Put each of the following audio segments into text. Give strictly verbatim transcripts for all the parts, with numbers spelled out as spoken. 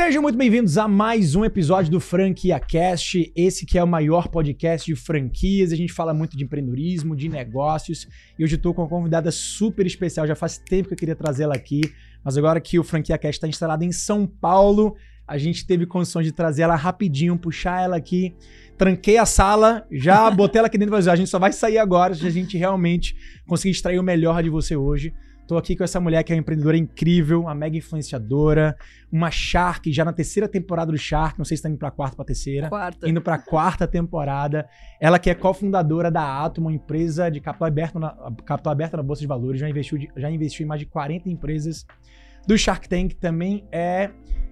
Sejam muito bem-vindos a mais um episódio do Franquia Cast, esse que é o maior podcast de franquias. A gente fala muito de empreendedorismo, de negócios, e hoje eu tô com uma convidada super especial. Já faz tempo que eu queria trazê-la aqui, mas agora que o Franquia Cast está instalado em São Paulo, a gente teve condições de trazer ela rapidinho, puxar ela aqui. Tranquei a sala, já botei ela aqui dentro, mas a gente só vai sair agora se a gente realmente conseguir extrair o melhor de você hoje. Tô aqui com essa mulher que é uma empreendedora incrível, uma mega influenciadora, uma Shark, já na terceira temporada do Shark, não sei se tá indo pra quarta ou pra terceira. Quarta. Indo pra quarta temporada. Ela que é cofundadora da Atom, uma empresa de capital aberto na, capital aberto na Bolsa de Valores, já investiu, de, já investiu em mais de quarenta empresas do Shark Tank, também é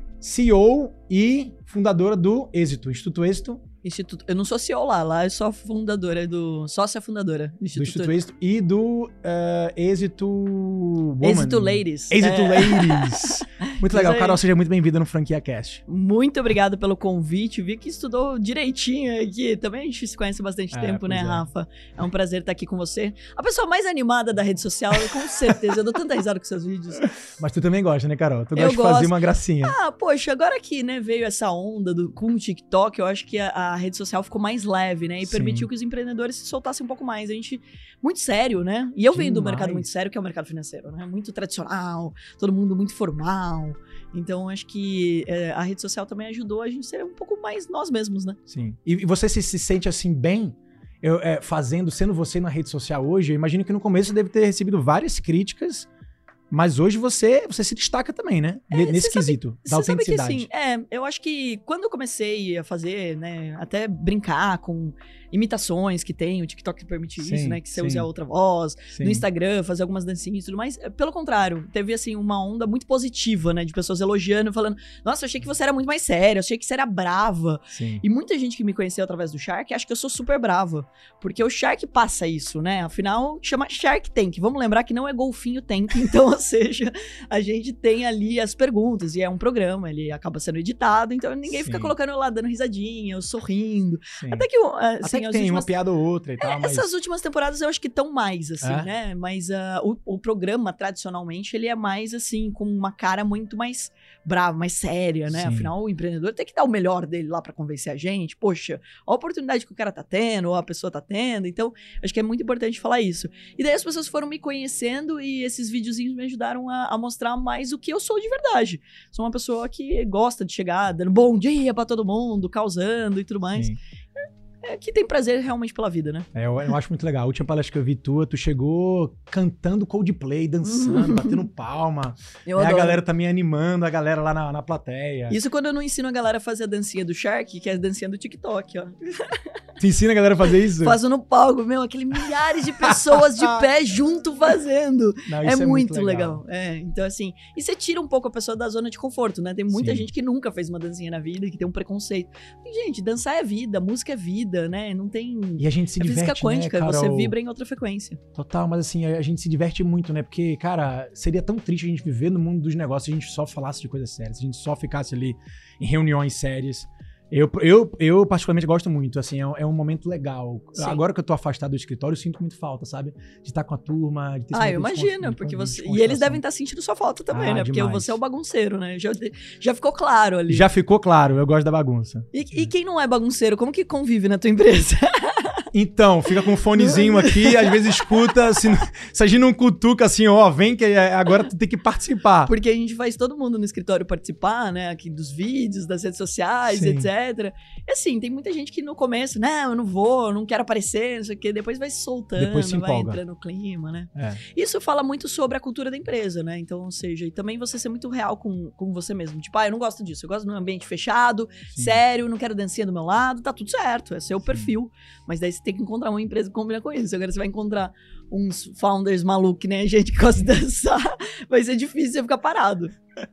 C E O e fundadora do Êxito, Instituto Êxito. Instituto, eu não sou C E O lá, lá eu sou fundadora do... Sócia fundadora do Instituto, do Instituto Êxito e do uh, Êxito... Woman. Êxito Ladies. Êxito é. Ladies. Muito legal. Carol, seja muito bem-vinda no Franquia Cast. Muito obrigado pelo convite. Vi que estudou direitinho aqui. Também a gente se conhece há bastante é, tempo, né, é. Rafa? É um prazer estar aqui com você. A pessoa mais animada da rede social, com certeza. Eu dou tanta risada com seus vídeos. Mas tu também gosta, né, Carol? Tu eu gosta de gosto. fazer uma gracinha. Ah, poxa, agora que né, veio essa onda do, com o TikTok, eu acho que a, a rede social ficou mais leve, né? E Sim. permitiu que os empreendedores se soltassem um pouco mais. A gente, muito sério, né? E eu venho do mercado muito sério, que é o mercado financeiro, né? Muito tradicional, todo mundo muito formal. Então, acho que é, a rede social também ajudou a gente ser um pouco mais nós mesmos, né? Sim. E, e você se, se sente assim bem eu, é, fazendo, sendo você na rede social hoje? Eu imagino que no começo você deve ter recebido várias críticas, mas hoje você, você se destaca também, né? É, Nesse quesito sabe, da autenticidade. Você sabe que, assim, é, eu acho que quando eu comecei a fazer, né, até brincar com imitações que tem, o TikTok permite sim, isso, né? Que você sim. use a outra voz, sim. no Instagram, fazer algumas dancinhas e tudo mais. Pelo contrário, teve, assim, uma onda muito positiva, né? De pessoas elogiando, falando, nossa, eu achei que você era muito mais séria, eu achei que você era brava. Sim. E muita gente que me conheceu através do Shark acha que eu sou super brava. Porque o Shark passa isso, né? Afinal, chama Shark Tank. Vamos lembrar que não é golfinho tank, então, ou seja, a gente tem ali as perguntas, e é um programa, ele acaba sendo editado, então ninguém Sim. fica colocando lá, dando risadinha, eu sorrindo. Sim. Até que, assim, Até que tem últimas... uma piada ou outra e tal, é, mas... Essas últimas temporadas eu acho que estão mais, assim, é? né? Mas uh, o, o programa, tradicionalmente, ele é mais, assim, com uma cara muito mais brava, mais séria, né? Sim. Afinal, o empreendedor tem que dar o melhor dele lá pra convencer a gente. Poxa, a oportunidade que o cara tá tendo, ou a pessoa tá tendo. Então, acho que é muito importante falar isso. E daí as pessoas foram me conhecendo e esses videozinhos me ajudaram a, a mostrar mais o que eu sou de verdade. Sou uma pessoa que gosta de chegar dando bom dia pra todo mundo, causando e tudo mais. Sim. É, que tem prazer realmente pela vida, né? É, eu, eu acho muito legal. A última palestra que eu vi tua, tu chegou cantando Coldplay, dançando, batendo palma. Eu é, adoro. A galera também animando a galera lá na, na plateia. Isso quando eu não ensino a galera a fazer a dancinha do Shark, que é a dancinha do TikTok, ó. Tu ensina a galera a fazer isso? Faço no palco, meu, aquele milhares de pessoas de pé junto fazendo. Não, é, é muito, muito legal. legal. É, então assim, e você tira um pouco a pessoa da zona de conforto, né? Tem muita Sim. gente que nunca fez uma dancinha na vida, que tem um preconceito. E, gente, dançar é vida, música é vida, né? Não tem... E a gente se é diverte, física quântica, né, você vibra em outra frequência. Total, mas assim, a gente se diverte muito, né? Porque, cara, seria tão triste a gente viver no mundo dos negócios se a gente só falasse de coisas sérias, se a gente só ficasse ali em reuniões sérias. Eu, eu, eu particularmente gosto muito, assim, é um, é um momento legal. Sim. Agora que eu tô afastado do escritório, eu sinto muito falta, sabe? De estar com a turma, de ter Ah, eu imagino, porque você... E eles devem estar sentindo sua falta também, ah, né? Porque demais. Você é o bagunceiro, né? Já, já ficou claro ali. Já ficou claro, eu gosto da bagunça. E, e quem não é bagunceiro, como que convive na tua empresa? Então, fica com um fonezinho aqui, às vezes escuta, se, se a gente não cutuca assim, ó, vem que agora tu tem que participar. Porque a gente faz todo mundo no escritório participar, né, aqui dos vídeos, das redes sociais, Sim. etcétera. E assim, tem muita gente que no começo, não, eu não vou, eu não quero aparecer, não sei o quê, depois vai se soltando, depois se vai entrando no clima, né. É. Isso fala muito sobre a cultura da empresa, né, então, ou seja, e também você ser muito real com, com você mesmo. Tipo, ah, eu não gosto disso, eu gosto de um ambiente fechado, Sim. sério, não quero dancinha do meu lado, tá tudo certo, é seu Sim. perfil. Mas daí você tem que encontrar uma empresa que combina com isso. Agora você vai encontrar uns founders malucos, né? Gente que gosta de dançar. Vai ser difícil você ficar parado.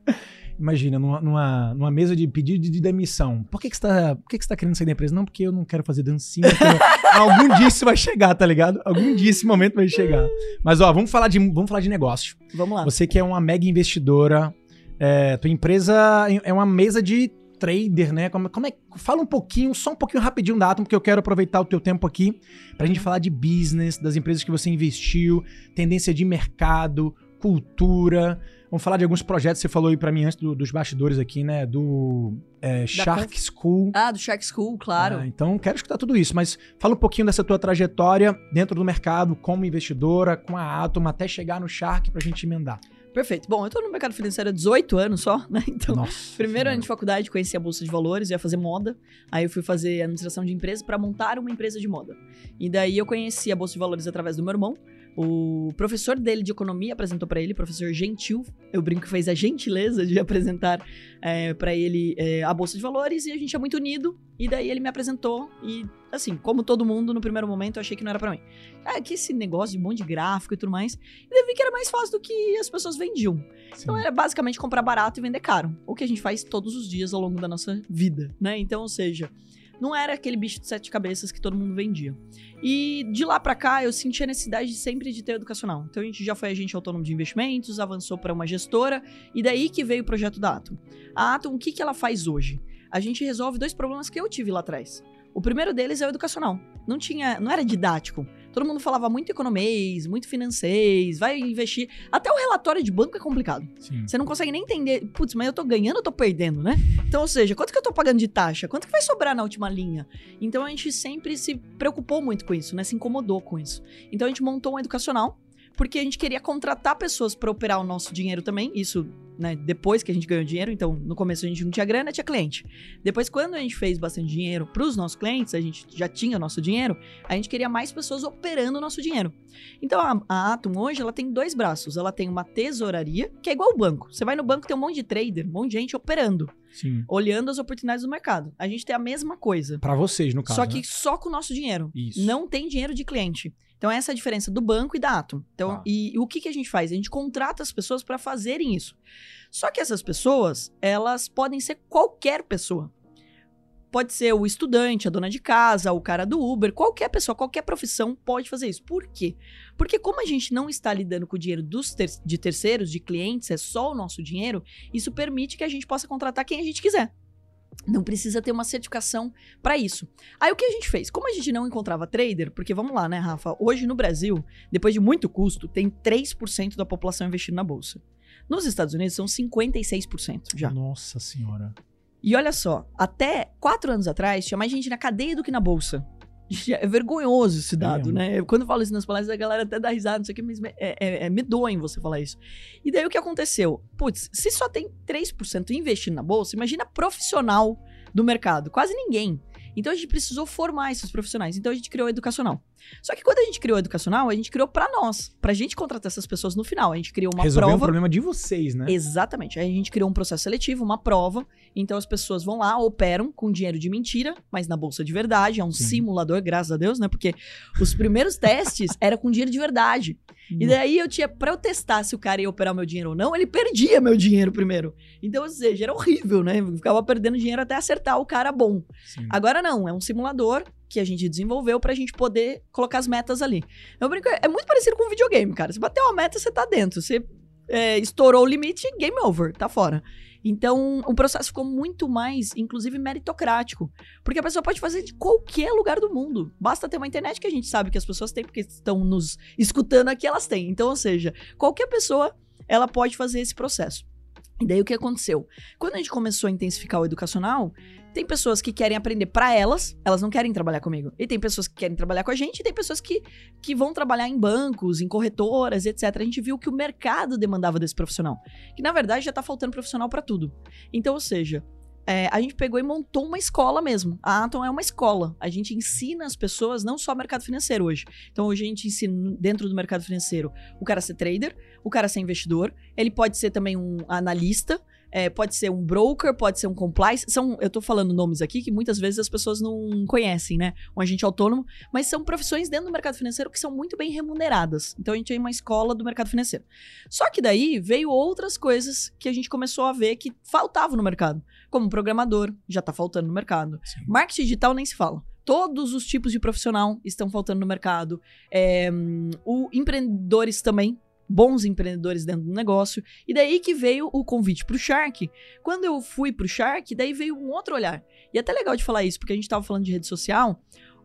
Imagina, numa, numa, numa mesa de pedido de demissão. Por que, que, você tá, por que, que você tá querendo sair da empresa? Não, porque eu não quero fazer dancinha. Eu... Algum dia isso vai chegar, tá ligado? Algum dia esse momento vai chegar. Mas, ó, vamos falar de, vamos falar de negócio. Vamos lá. Você que é uma mega investidora, é, tua empresa é uma mesa de trader, né? Como, como é, fala um pouquinho, só um pouquinho rapidinho da Atom, porque eu quero aproveitar o teu tempo aqui pra gente falar de business, das empresas que você investiu, tendência de mercado, cultura. Vamos falar de alguns projetos que você falou aí pra mim antes do, dos bastidores aqui, né? Do é, Shark Conf... School. Ah, do Shark School, claro. Ah, então, quero escutar tudo isso, mas fala um pouquinho dessa tua trajetória dentro do mercado, como investidora, com a Atom, até chegar no Shark pra gente emendar. Perfeito. Bom, eu tô no mercado financeiro há dezoito anos só, né? Então, Nossa, primeiro senhora. ano de faculdade, conheci a Bolsa de Valores, ia fazer moda. Aí eu fui fazer administração de empresa para montar uma empresa de moda. E daí eu conheci a Bolsa de Valores através do meu irmão. O professor dele de economia apresentou para ele, professor Gentil. Eu brinco que fez a gentileza de apresentar é, para ele é, a Bolsa de Valores e a gente é muito unido. E daí ele me apresentou e, assim, como todo mundo, no primeiro momento eu achei que não era para mim. Ah, que esse negócio de um monte de gráfico e tudo mais. E daí vi que era mais fácil do que as pessoas vendiam. Sim. Então era basicamente comprar barato e vender caro. O que a gente faz todos os dias ao longo da nossa vida, né? Então, ou seja, não era aquele bicho de sete cabeças que todo mundo vendia. E de lá pra cá, eu senti a necessidade sempre de ter educacional. Então a gente já foi agente autônomo de investimentos, avançou para uma gestora, e daí que veio o projeto da Atom. A Atom, o que, que ela faz hoje? A gente resolve dois problemas que eu tive lá atrás. O primeiro deles é o educacional. Não tinha, não era didático. Todo mundo falava muito economês, muito financês, vai investir. Até o relatório de banco é complicado. Sim. Você não consegue nem entender. Putz, mas eu tô ganhando ou tô perdendo, né? Então, ou seja, quanto que eu tô pagando de taxa? Quanto que vai sobrar na última linha? Então, a gente sempre se preocupou muito com isso, né? Se incomodou com isso. Então, a gente montou um educacional, porque a gente queria contratar pessoas para operar o nosso dinheiro também. Isso, né, depois que a gente ganhou dinheiro. Então, no começo a gente não tinha grana, tinha cliente. Depois, quando a gente fez bastante dinheiro para os nossos clientes, a gente já tinha o nosso dinheiro, a gente queria mais pessoas operando o nosso dinheiro. Então, a, a Atom hoje, ela tem dois braços. Ela tem uma tesouraria, que é igual ao banco. Você vai no banco, tem um monte de trader, um monte de gente operando. Sim. Olhando as oportunidades do mercado. A gente tem a mesma coisa. Para vocês, no caso. Só que né? só com o nosso dinheiro. Isso. Não tem dinheiro de cliente. Então, essa é a diferença do banco e da Atom. Então, ah. e, e o que, que a gente faz? A gente contrata as pessoas para fazerem isso. Só que essas pessoas, elas podem ser qualquer pessoa. Pode ser o estudante, a dona de casa, o cara do Uber, qualquer pessoa, qualquer profissão pode fazer isso. Por quê? Porque como a gente não está lidando com o dinheiro dos ter- de terceiros, de clientes, é só o nosso dinheiro, isso permite que a gente possa contratar quem a gente quiser. Não precisa ter uma certificação para isso. Aí o que a gente fez? Como a gente não encontrava trader, porque vamos lá, né, Rafa? Hoje no Brasil, depois de muito custo, tem três por cento da população investindo na bolsa. Nos Estados Unidos são cinquenta e seis por cento já. Nossa senhora. E olha só, até quatro anos atrás tinha mais gente na cadeia do que na bolsa. É vergonhoso esse dado, é, né? Quando eu falo isso nas palestras, a galera até dá risada, não sei o que, mas é, é, é medonho você falar isso. E daí o que aconteceu? Putz, se só tem três por cento investindo na bolsa, imagina profissional do mercado. Quase ninguém. Então a gente precisou formar esses profissionais. Então a gente criou o educacional. Só que quando a gente criou o educacional, a gente criou pra nós. Pra gente contratar essas pessoas no final. A gente criou uma Resolveu prova. um problema de vocês, né? Exatamente. Aí a gente criou um processo seletivo, uma prova. Então as pessoas vão lá, operam com dinheiro de mentira, mas na bolsa de verdade. É um Sim. simulador, graças a Deus, né? Porque os primeiros testes era com dinheiro de verdade. E daí eu tinha, pra eu testar se o cara ia operar o meu dinheiro ou não, ele perdia meu dinheiro primeiro. Então, ou seja, era horrível, né? Eu ficava perdendo dinheiro até acertar o cara bom. Sim. Agora não, é um simulador que a gente desenvolveu pra gente poder colocar as metas ali. Eu brinco, é muito parecido com um videogame, cara. Você bateu uma meta, você tá dentro. Você é, estourou o limite, game over, tá fora. Então, o processo ficou muito mais, inclusive, meritocrático. Porque a pessoa pode fazer de qualquer lugar do mundo. Basta ter uma internet que a gente sabe que as pessoas têm, porque estão nos escutando aqui, elas têm. Então, ou seja, qualquer pessoa, ela pode fazer esse processo. E daí, o que aconteceu? Quando a gente começou a intensificar o educacional, tem pessoas que querem aprender pra elas, elas não querem trabalhar comigo. E tem pessoas que querem trabalhar com a gente, e tem pessoas que, que vão trabalhar em bancos, em corretoras, etcétera. A gente viu que o mercado demandava desse profissional. Que, na verdade, já tá faltando profissional pra tudo. Então, ou seja, é, a gente pegou e montou uma escola mesmo. A Atom é uma escola. A gente ensina as pessoas, não só mercado financeiro hoje. Então, hoje a gente ensina dentro do mercado financeiro o cara ser trader, o cara ser investidor. Ele pode ser também um analista, É, pode ser um broker, pode ser um compliance. São, eu tô falando nomes aqui que muitas vezes as pessoas não conhecem, né? Um agente autônomo, mas são profissões dentro do mercado financeiro que são muito bem remuneradas. Então a gente tem uma escola do mercado financeiro. Só que daí veio outras coisas que a gente começou a ver que faltavam no mercado. Como programador, já tá faltando no mercado. Sim. Marketing digital nem se fala. Todos os tipos de profissional estão faltando no mercado. É, o empreendedores também. Bons empreendedores dentro do negócio. E daí que veio o convite pro Shark. Quando eu fui pro Shark, daí veio um outro olhar. E é até legal de falar isso, porque a gente tava falando de rede social.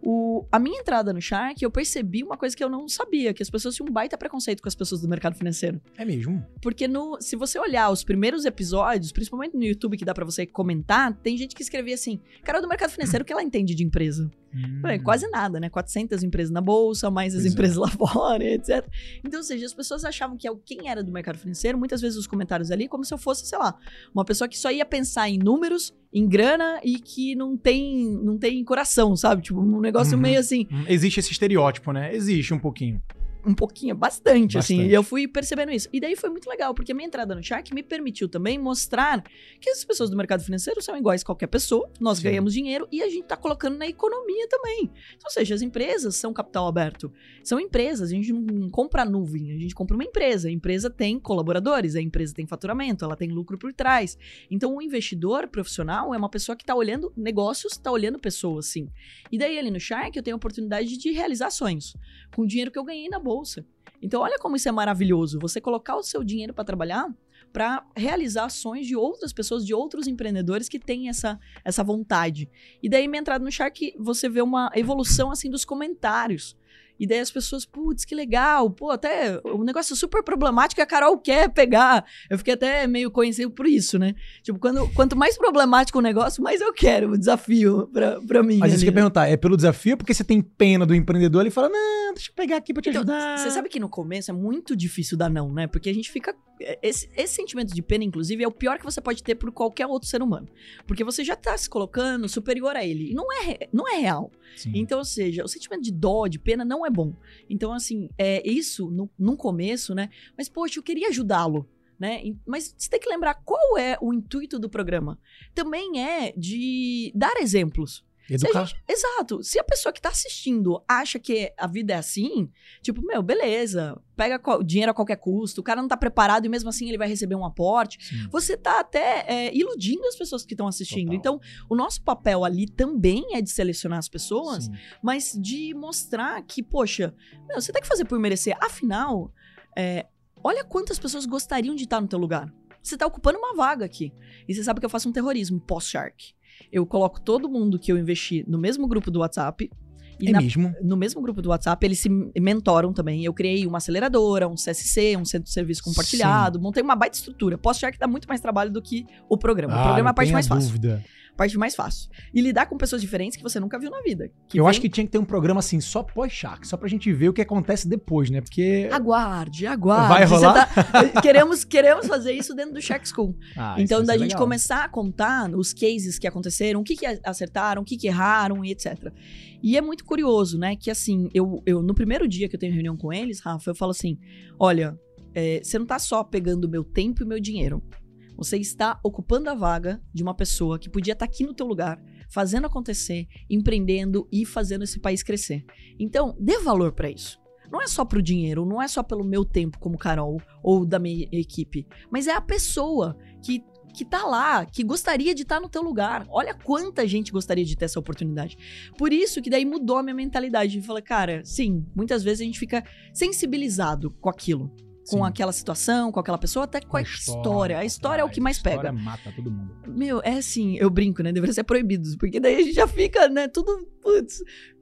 O, a minha entrada no Shark, eu percebi uma coisa que eu não sabia, que as pessoas tinham um baita preconceito com as pessoas do mercado financeiro. É mesmo? Porque no, se você olhar os primeiros episódios, principalmente no YouTube, que dá pra você comentar, tem gente que escrevia assim, cara do mercado financeiro, o que ela entende de empresa? Hum. Falei, quase nada, né? quatrocentas empresas na bolsa, mais as pois empresas é. lá fora, etcétera. Então, ou seja, as pessoas achavam que quem era do mercado financeiro, muitas vezes os comentários ali, como se eu fosse, sei lá, uma pessoa que só ia pensar em números, em grana e que não tem, não tem coração, sabe? Tipo, um negócio uhum. meio assim... Existe esse estereótipo, né? Existe um pouquinho. Um pouquinho, bastante, bastante, assim, e eu fui percebendo isso. E daí foi muito legal, porque a minha entrada no Shark me permitiu também mostrar que as pessoas do mercado financeiro são iguais a qualquer pessoa, nós Sim. ganhamos dinheiro e a gente tá colocando na economia também. Então, ou seja, as empresas são capital aberto, são empresas, a gente não compra nuvem, a gente compra uma empresa, a empresa tem colaboradores, a empresa tem faturamento, ela tem lucro por trás. Então, o investidor profissional é uma pessoa que tá olhando negócios, tá olhando pessoas, sim. E daí ali no Shark eu tenho a oportunidade de realizar sonhos, com o dinheiro que eu ganhei na bolsa. Bolsa. Então, olha como isso é maravilhoso. Você colocar o seu dinheiro para trabalhar para realizar ações de outras pessoas, de outros empreendedores que têm essa, essa vontade. E daí, minha entrada no Shark, você vê uma evolução assim dos comentários. E daí as pessoas, putz, que legal, pô, até um negócio super problemático que a Carol quer pegar. Eu fiquei até meio conhecido por isso, né? Tipo, quando, quanto mais problemático o negócio, mais eu quero o desafio pra, pra mim. Mas isso que eu ia perguntar, é pelo desafio? Porque você tem pena do empreendedor, ele fala, não, deixa eu pegar aqui pra te então, ajudar. Você sabe que no começo é muito difícil dar não, né? Porque a gente fica... Esse, esse sentimento de pena, inclusive, é o pior que você pode ter por qualquer outro ser humano. Porque você já tá se colocando superior a ele. E não é, não é real. Sim. Então, ou seja, o sentimento de dó, de pena, não é bom. Então, assim, é isso no, no começo, né? Mas, poxa, eu queria ajudá-lo, né? Mas você tem que lembrar qual é o intuito do programa. Também é de dar exemplos. Educar. Se gente, exato. Se a pessoa que tá assistindo acha que a vida é assim, tipo, meu, beleza, pega dinheiro a qualquer custo, o cara não tá preparado e mesmo assim ele vai receber um aporte. Sim. Você tá até é, iludindo as pessoas que estão assistindo. Total. Então, o nosso papel ali também é de selecionar as pessoas, Sim. mas de mostrar que, poxa, meu, você tem que fazer por merecer. Afinal, é, olha quantas pessoas gostariam de estar no teu lugar. Você tá ocupando uma vaga aqui. E você sabe que eu faço um terrorismo pós-Shark. Eu coloco todo mundo que eu investi no mesmo grupo do WhatsApp. E é na, mesmo? No mesmo grupo do WhatsApp, eles se mentoram também. Eu criei uma aceleradora, um C S C, um centro de serviço compartilhado. Sim. Montei uma baita estrutura. Pós-Shark dá muito mais trabalho do que o programa. Ah, o programa é a parte mais dúvida. fácil. Parte mais fácil. E lidar com pessoas diferentes que você nunca viu na vida. Eu vem... acho que tinha que ter um programa assim, só pós-Shark, só pra gente ver o que acontece depois, né? Porque... Aguarde, aguarde. Vai rolar? Tá... queremos, queremos fazer isso dentro do Shark School. Ah, então, da gente legal. começar a contar os cases que aconteceram, o que, que acertaram, o que, que erraram e etcétera. E é muito curioso, né? Que assim, eu, eu no primeiro dia que eu tenho reunião com eles, Rafa, eu falo assim, olha, é, você não tá só pegando o meu tempo e o meu dinheiro. Você está ocupando a vaga de uma pessoa que podia estar aqui no teu lugar, fazendo acontecer, empreendendo e fazendo esse país crescer. Então, dê valor para isso. Não é só pro dinheiro, não é só pelo meu tempo como Carol ou da minha equipe, mas é a pessoa que, que tá lá, que gostaria de estar no teu lugar. Olha quanta gente gostaria de ter essa oportunidade. Por isso que daí mudou a minha mentalidade. De falar, cara, sim, muitas vezes a gente fica sensibilizado com aquilo. Com Sim. aquela situação, com aquela pessoa, até com, com a história. história. A história é o que mais pega. A história mata todo mundo. Meu, é assim, eu brinco, né? Deveria ser proibido, porque daí a gente já fica, né, tudo... Putz,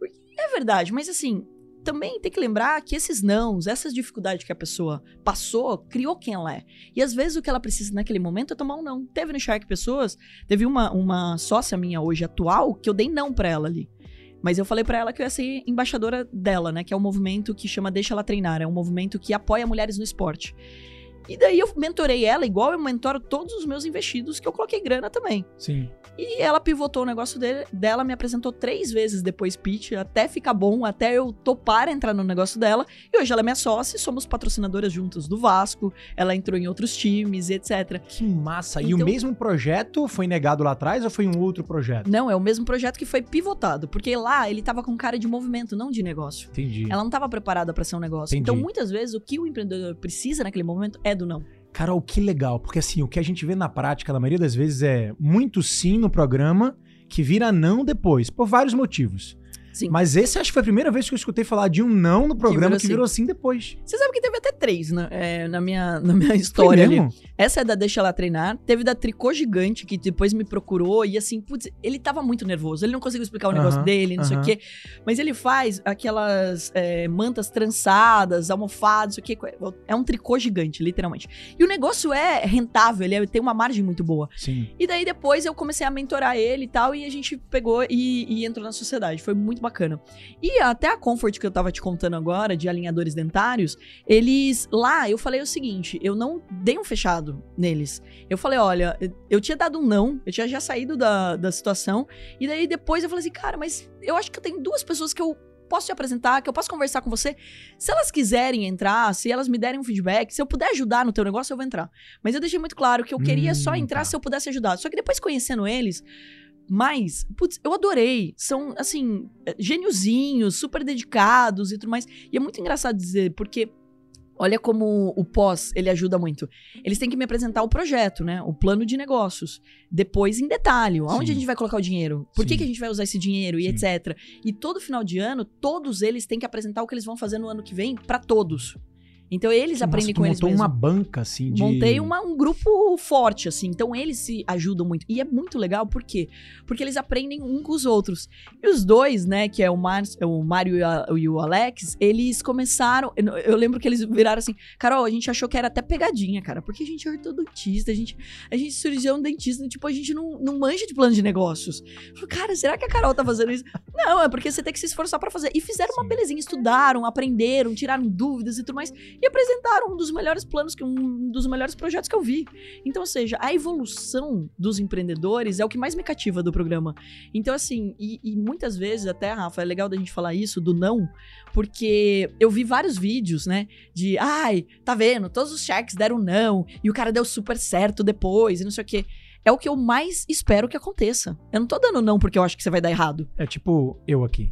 é verdade, mas assim, também tem que lembrar que esses nãos, essas dificuldades que a pessoa passou, criou quem ela é. E às vezes o que ela precisa naquele momento é tomar um não. Teve no Shark pessoas, teve uma, uma sócia minha hoje atual, que eu dei não pra ela ali. Mas eu falei pra ela que eu ia ser embaixadora dela, né? Que é um movimento que chama Deixa Ela Treinar. É um movimento que apoia mulheres no esporte. E daí eu mentorei ela, igual eu mentoro todos os meus investidos, que eu coloquei grana também. Sim. E ela pivotou o negócio dele, dela, me apresentou três vezes depois pitch, até ficar bom, até eu topar entrar no negócio dela. E hoje ela é minha sócia e somos patrocinadoras juntas do Vasco. Ela entrou em outros times, etcétera. Que massa. Então, e o mesmo projeto foi negado lá atrás ou foi um outro projeto? Não, é o mesmo projeto que foi pivotado. Porque lá ele tava com cara de movimento, não de negócio. Entendi. Ela não tava preparada para ser um negócio. Entendi. Então muitas vezes o que o empreendedor precisa naquele momento é do não. Carol, que legal, porque assim, o que a gente vê na prática, na maioria das vezes, é muito sim no programa, que vira não depois, por vários motivos. Sim. Mas esse acho que foi a primeira vez que eu escutei falar de um não no programa que virou, que virou assim depois. Você sabe que teve até três na, é, na, minha, na minha história ali. Essa é da Deixa Ela Treinar. Teve da Tricô Gigante, que depois me procurou. E assim, putz, ele tava muito nervoso. Ele não conseguiu explicar o negócio uh-huh, dele, não uh-huh. sei o quê. Mas ele faz aquelas é, mantas trançadas, almofadas, não sei o quê. É um tricô gigante, literalmente. E o negócio é rentável, ele é, tem uma margem muito boa. Sim. E daí depois eu comecei a mentorar ele e tal. E a gente pegou e, e entrou na sociedade. Foi muito bacana. E até a Comfort, que eu tava te contando agora, de alinhadores dentários, eles, lá, eu falei o seguinte, eu não dei um fechado neles. Eu falei, olha, eu tinha dado um não, eu tinha já saído da, da situação, e daí depois eu falei assim, cara, mas eu acho que eu tenho duas pessoas que eu posso te apresentar, que eu posso conversar com você. Se elas quiserem entrar, se elas me derem um feedback, se eu puder ajudar no teu negócio, eu vou entrar. Mas eu deixei muito claro que eu queria hum, só entrar tá. se eu pudesse ajudar. Só que depois conhecendo eles... Mas, putz, eu adorei. São, assim, gêniozinhos, super dedicados e tudo mais. E é muito engraçado dizer, porque olha como o pós, ele ajuda muito. Eles têm que me apresentar o projeto, né? O plano de negócios. Depois, em detalhe, onde Sim. a gente vai colocar o dinheiro? Por que, que a gente vai usar esse dinheiro? E Sim. etcétera. E todo final de ano, todos eles têm que apresentar o que eles vão fazer no ano que vem pra todos. Então, eles Nossa, aprendem com eles mesmos. Montou uma banca, assim, de... Montei uma, um grupo forte, assim. Então, eles se ajudam muito. E é muito legal, por quê? Porque eles aprendem um com os outros. E os dois, né, que é o, Mar, o Mário e, a, e o Alex, eles começaram... Eu, eu lembro que eles viraram assim, Carol, a gente achou que era até pegadinha, cara. Porque a gente é ortodontista, a gente, a gente cirurgião dentista, tipo, a gente não, não manja de plano de negócios. Eu falei, cara, será que a Carol tá fazendo isso? Não, é porque você tem que se esforçar pra fazer. E fizeram Sim. uma belezinha, estudaram, aprenderam, tiraram dúvidas e tudo mais. E apresentaram um dos melhores planos, um dos melhores projetos que eu vi. Então, ou seja, a evolução dos empreendedores é o que mais me cativa do programa. Então, assim, e, e muitas vezes até, Rafa, é legal da gente falar isso, do não, porque eu vi vários vídeos, né, de, ai, tá vendo, todos os Sharks deram não, e o cara deu super certo depois, e não sei o quê. É o que eu mais espero que aconteça. Eu não tô dando não porque eu acho que você vai dar errado. É tipo eu aqui.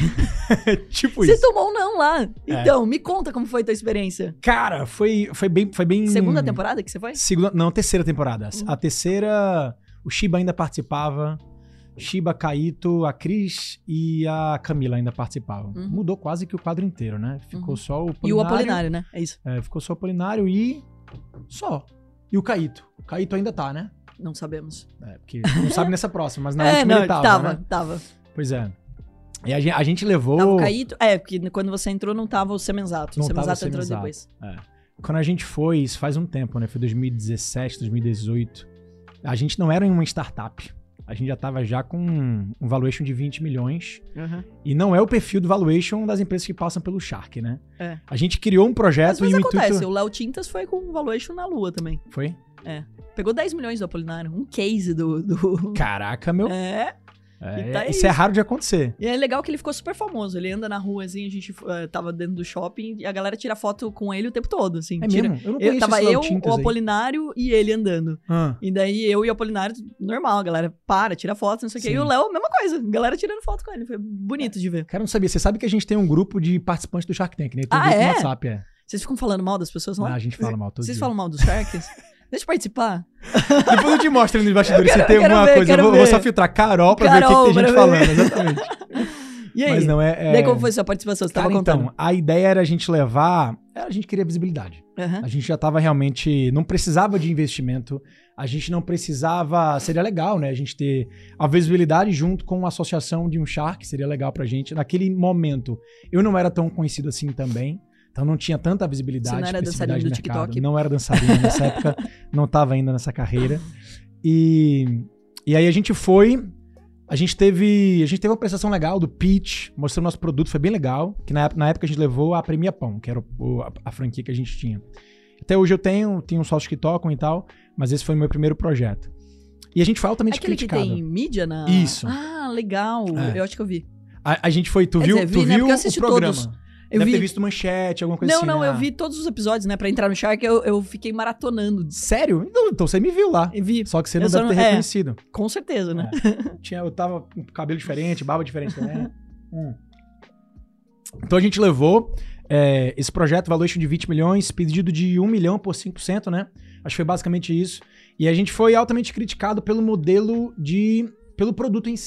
Tipo Você isso. Você tomou um não lá. Então, é. me conta como foi a tua experiência. Cara, foi, foi, bem, foi bem... Segunda temporada que você foi? Segunda, não, terceira temporada. Uhum. A terceira, o Shiba ainda participava. Shiba, Caíto, a Cris e a Camila ainda participavam. Uhum. Mudou quase que o quadro inteiro, né? Ficou uhum. só o Apolinário. E o Apolinário, né? É isso. É, ficou só o Apolinário e... Só. E o Caíto. O Caíto ainda tá, né? Não sabemos. É, porque não sabe nessa próxima, mas na é, última não, ele tava, tava, né? tava. Pois é. E a gente, a gente levou... Tava o Caíto... É, porque quando você entrou não tava o Semenzato. Não o Semenzato entrou Semenzato. depois. É. Quando a gente foi, isso faz um tempo, né? Foi dois mil e dezessete, dois mil e dezoito. A gente não era uma startup. A gente já tava já com um valuation de vinte milhões. Uhum. E não é o perfil do valuation das empresas que passam pelo Shark, né? É. A gente criou um projeto... Mas, mas e acontece, intuito... o Léo Tintas foi com um valuation na lua também. Foi? É. Pegou dez milhões do Apolinário. Um case do... do... Caraca, meu... É... É, tá isso, isso é raro de acontecer. E é legal que ele ficou super famoso. Ele anda na rua, assim, a gente uh, tava dentro do shopping e a galera tira foto com ele o tempo todo, assim. É tira... mesmo? Eu não eu, Tava eu, o aí. Apolinário e ele andando. Ah. E daí eu e o Apolinário, normal, a galera para, tira foto, não sei o quê. E o Léo, mesma coisa. A galera tirando foto com ele. Foi bonito é. de ver. Cara, não sabia. Você sabe que a gente tem um grupo de participantes do Shark Tank, né? Tem um ah, grupo é? no WhatsApp, é. Vocês ficam falando mal das pessoas lá? Ah, a gente fala mal todo Vocês dia. falam mal dos Sharks? Deixa eu participar. Depois eu te mostro nos bastidores quero, se tem alguma ver, coisa. Eu vou, vou só filtrar Carol pra Carol, ver o que, que tem gente falando. Exatamente. E aí? Mas não é, é... Daí como foi a sua participação? Você Cara, tava contando? Então, a ideia era a gente levar... A gente queria visibilidade. Uhum. A gente já tava realmente... Não precisava de investimento. A gente não precisava... Seria legal, né? A gente ter a visibilidade junto com a associação de um Shark. Seria legal pra gente. Naquele momento, eu não era tão conhecido assim também. Então não tinha tanta visibilidade. Você não era dançarino do TikTok? Não era dançarino nessa época. Não estava ainda nessa carreira. E, e aí a gente foi... A gente teve a gente teve uma prestação legal do pitch, mostrando nosso produto, foi bem legal. Que na, na época a gente levou a Premia Pão, que era o, a, a franquia que a gente tinha. Até hoje eu tenho, tenho uns sócios que tocam e tal, mas esse foi o meu primeiro projeto. E a gente foi altamente Aquele criticado. Aquele que tem mídia na... Isso. Ah, legal. É. Eu acho que eu vi. A, a gente foi... Tu Quer viu, dizer, vi, tu né? viu eu o programa? Todos. Eu Deve vi... ter visto manchete, alguma coisa não, assim. Não, não, né? eu vi todos os episódios, né? Pra entrar no Shark, eu, eu fiquei maratonando. Sério? Então, então você me viu lá. Eu vi. Só que você não eu deve ter não... reconhecido. É, com certeza, né? É. Tinha, eu tava com cabelo diferente, barba diferente também. hum. Então a gente levou é, esse projeto, valuation de vinte milhões, pedido de um milhão por cinco por cento, né? Acho que foi basicamente isso. E a gente foi altamente criticado pelo modelo de... pelo produto em si.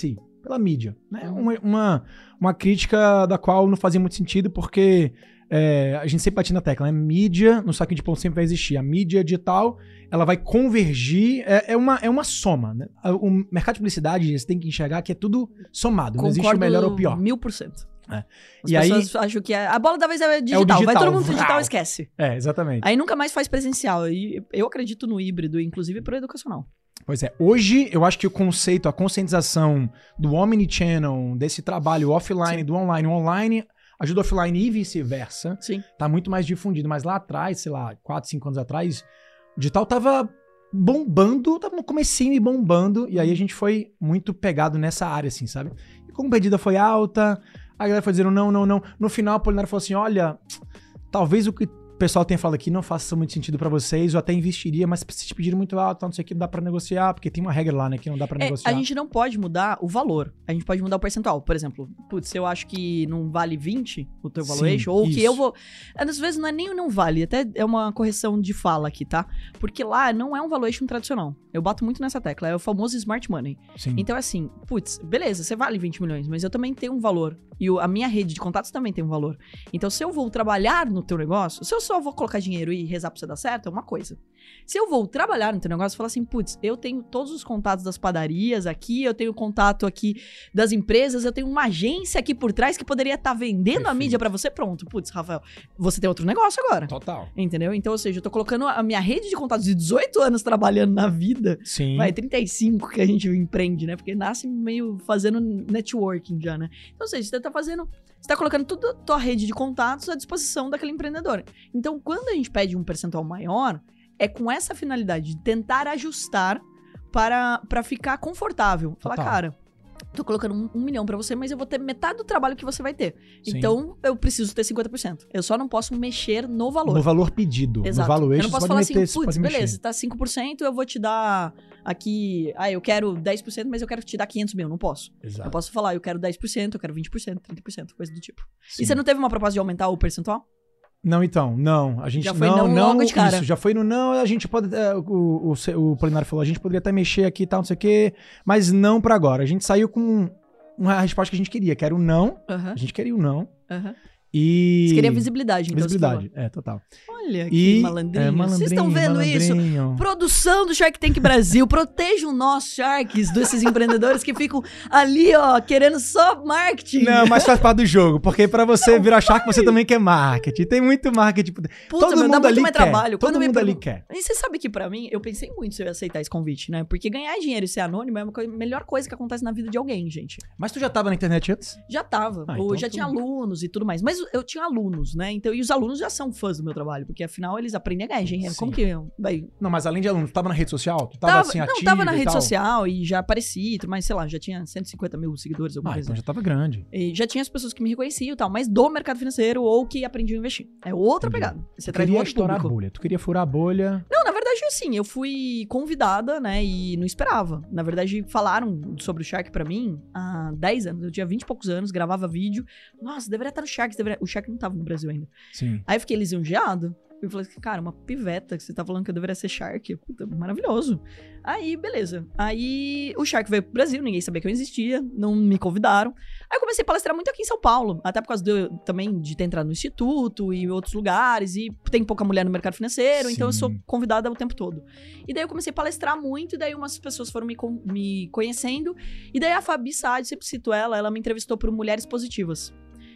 pela mídia. Né? Uma, uma, uma crítica da qual não fazia muito sentido, porque é, a gente sempre bate na tecla, né? Mídia, no saquinho de pão sempre vai existir. A mídia digital, ela vai convergir, é, é, uma, é uma soma. Né? O mercado de publicidade, você tem que enxergar que é tudo somado, não existe o melhor ou o pior. Mil por cento. É. As e pessoas aí, acham que é, a bola da vez é digital, é digital, vai todo mundo pro vrau. digital, esquece. É, exatamente. Aí nunca mais faz presencial. E eu acredito no híbrido, inclusive pro educacional. Pois é, hoje eu acho que o conceito, a conscientização do omnichannel, desse trabalho offline, Sim. do online, o online ajuda offline e vice-versa, Sim. tá muito mais difundido. Mas lá atrás, sei lá, quatro, cinco anos atrás, o digital tava bombando, tava no comecinho e bombando, e aí a gente foi muito pegado nessa área, assim, sabe? E como a pedida foi alta, a galera foi dizendo não, não, não. No final, a Apolinário falou assim, olha, talvez o que o pessoal tenha falado aqui não faça muito sentido pra vocês, eu até investiria, mas se pedirem muito alto, não sei o que, não dá pra negociar, porque tem uma regra lá, né, que não dá pra é, negociar. A gente não pode mudar o valor, a gente pode mudar o percentual. Por exemplo, putz, se eu acho que não vale vinte o teu valuation, ou isso. que eu vou... Às vezes não é nem o não vale, até é uma correção de fala aqui, tá? Porque lá não é um valuation tradicional. Eu bato muito nessa tecla, é o famoso smart money. Sim. Então é assim, putz, beleza, você vale vinte milhões, mas eu também tenho um valor. E o, a minha rede de contatos também tem um valor. Então se eu vou trabalhar no teu negócio, se eu só vou colocar dinheiro e rezar pra você dar certo, é uma coisa. Se eu vou trabalhar no teu negócio e falar assim, putz, eu tenho todos os contatos das padarias aqui, eu tenho contato aqui das empresas, eu tenho uma agência aqui por trás que poderia estar tá vendendo Perfeito. A mídia pra você, pronto. Putz, Rafael, você tem outro negócio agora. Total. Entendeu? Então, ou seja, eu tô colocando a minha rede de contatos de dezoito anos trabalhando na vida. Sim. Vai, trinta e cinco que a gente empreende, né? Porque nasce meio fazendo networking já, né? Então, ou seja, você tá fazendo... Você tá colocando toda a tua rede de contatos à disposição daquele empreendedor. Então, quando a gente pede um percentual maior, é com essa finalidade de tentar ajustar para, para ficar confortável. Falar, Total. cara, tô colocando um, um milhão pra você, mas eu vou ter metade do trabalho que você vai ter. Sim. Então, eu preciso ter cinquenta por cento. Eu só não posso mexer no valor. No valor pedido. Exato. No valuation, eu não posso você falar pode meter, assim, putz, beleza, mexer. tá cinco por cento, eu vou te dar aqui... Ah, eu quero dez por cento, mas eu quero te dar quinhentos mil. Não posso. Exato. Eu posso falar, eu quero dez por cento, eu quero vinte por cento, trinta por cento, coisa do tipo. Sim. E você não teve uma proposta de aumentar o percentual? Não, então, não. A gente Já foi não, não não, logo de cara. Isso, já foi no não, a gente pode. É, o, o, o Polinário falou, a gente poderia até mexer aqui e tal, não sei o quê, mas não pra agora. A gente saiu com uma resposta que a gente queria, que era o não. Uhum. A gente queria o não. Uhum. E. Você queria visibilidade, então. Visibilidade, é, total. Olha que e, malandrinho. É, malandrinho. Vocês estão vendo malandrinho. isso? Produção do Shark Tank Brasil. Protejam nós, Sharks, desses empreendedores que ficam ali, ó, querendo só marketing. Não, mas faz parte do jogo, porque pra você não, virar Shark, você também quer marketing. Tem muito marketing. Puta, todo meu, mundo dá muito ali mais quer. trabalho. Todo Quando mundo me ali pergun- quer. E você sabe que pra mim, eu pensei muito se eu ia aceitar esse convite, né? Porque ganhar dinheiro e ser anônimo é a co- melhor coisa que acontece na vida de alguém, gente. Mas tu já tava na internet antes? Já tava. Ah, ou então já tu- tinha alunos e tudo mais. Mas eu tinha alunos, né? Então, e os alunos já são fãs do meu trabalho, porque afinal eles aprendem a ganhar dinheiro. Sim. Como que vai... Não, mas além de aluno, tu tava na rede social? Tu tava, Tava, assim, não, ativa tava na e rede tal? social e já apareci e tudo mais, sei lá, já tinha cento e cinquenta mil seguidores, alguma Ah, coisa. então já tava grande. E já tinha as pessoas que me reconheciam e tal, mas do mercado financeiro ou que aprendiam a investir. É outra Entendi. pegada. Você Tu traz um queria outro estourar a público. bolha. Tu queria furar a bolha. Não, na verdade, assim, eu fui convidada, né, e não esperava. Na verdade, falaram sobre o Shark pra mim há dez anos. Eu tinha vinte e poucos anos, gravava vídeo. Nossa, deveria estar no Shark. Deveria... O Shark não tava no Brasil ainda. Sim. Aí eu fiquei lisonjeado. Eu falei assim, cara, uma piveta que você tá falando que eu deveria ser Shark. Puta, maravilhoso. Aí, beleza. Aí o Shark veio pro Brasil, ninguém sabia que eu existia, não me convidaram. Aí eu comecei a palestrar muito aqui em São Paulo, até por causa de, também de ter entrado no Instituto e em outros lugares, e tem pouca mulher no mercado financeiro, Sim. então eu sou convidada o tempo todo. E daí eu comecei a palestrar muito, e daí umas pessoas foram me, con- me conhecendo, e daí a Fabi Saad, sempre cito ela, ela me entrevistou por Mulheres Positivas.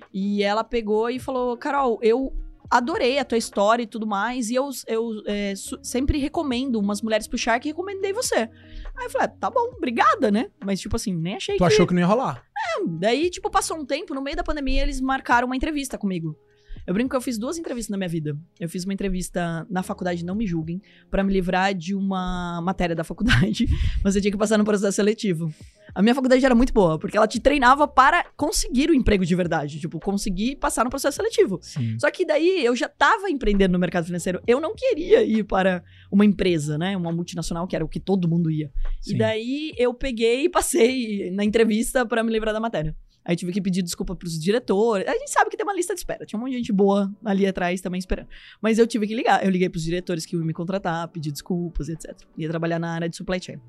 E ela pegou e falou, Carol, eu... adorei a tua história e tudo mais, e eu, eu é, su- sempre recomendo umas mulheres pro Shark e recomendei você. Aí eu falei, ah, tá bom, obrigada, né? Mas, tipo assim, nem achei Tu que... achou que não ia rolar? É, daí, tipo, passou um tempo, no meio da pandemia, eles marcaram uma entrevista comigo. Eu brinco que eu fiz duas entrevistas na minha vida. Eu fiz uma entrevista na faculdade, não me julguem, pra me livrar de uma matéria da faculdade, mas eu tinha que passar no processo seletivo. A minha faculdade era muito boa, porque ela te treinava para conseguir o emprego de verdade. Tipo, conseguir passar no processo seletivo. Sim. Só que daí eu já tava empreendendo no mercado financeiro. Eu não queria ir para uma empresa, né? Uma multinacional, que era o que todo mundo ia. Sim. E daí eu peguei e passei na entrevista pra me livrar da matéria. Aí tive que pedir desculpa pros diretores. A gente sabe que tem uma lista de espera. Tinha um monte de gente boa ali atrás também esperando. Mas eu tive que ligar. Eu liguei pros diretores que iam me contratar, pedir desculpas, etcétera. Ia trabalhar na área de supply chain.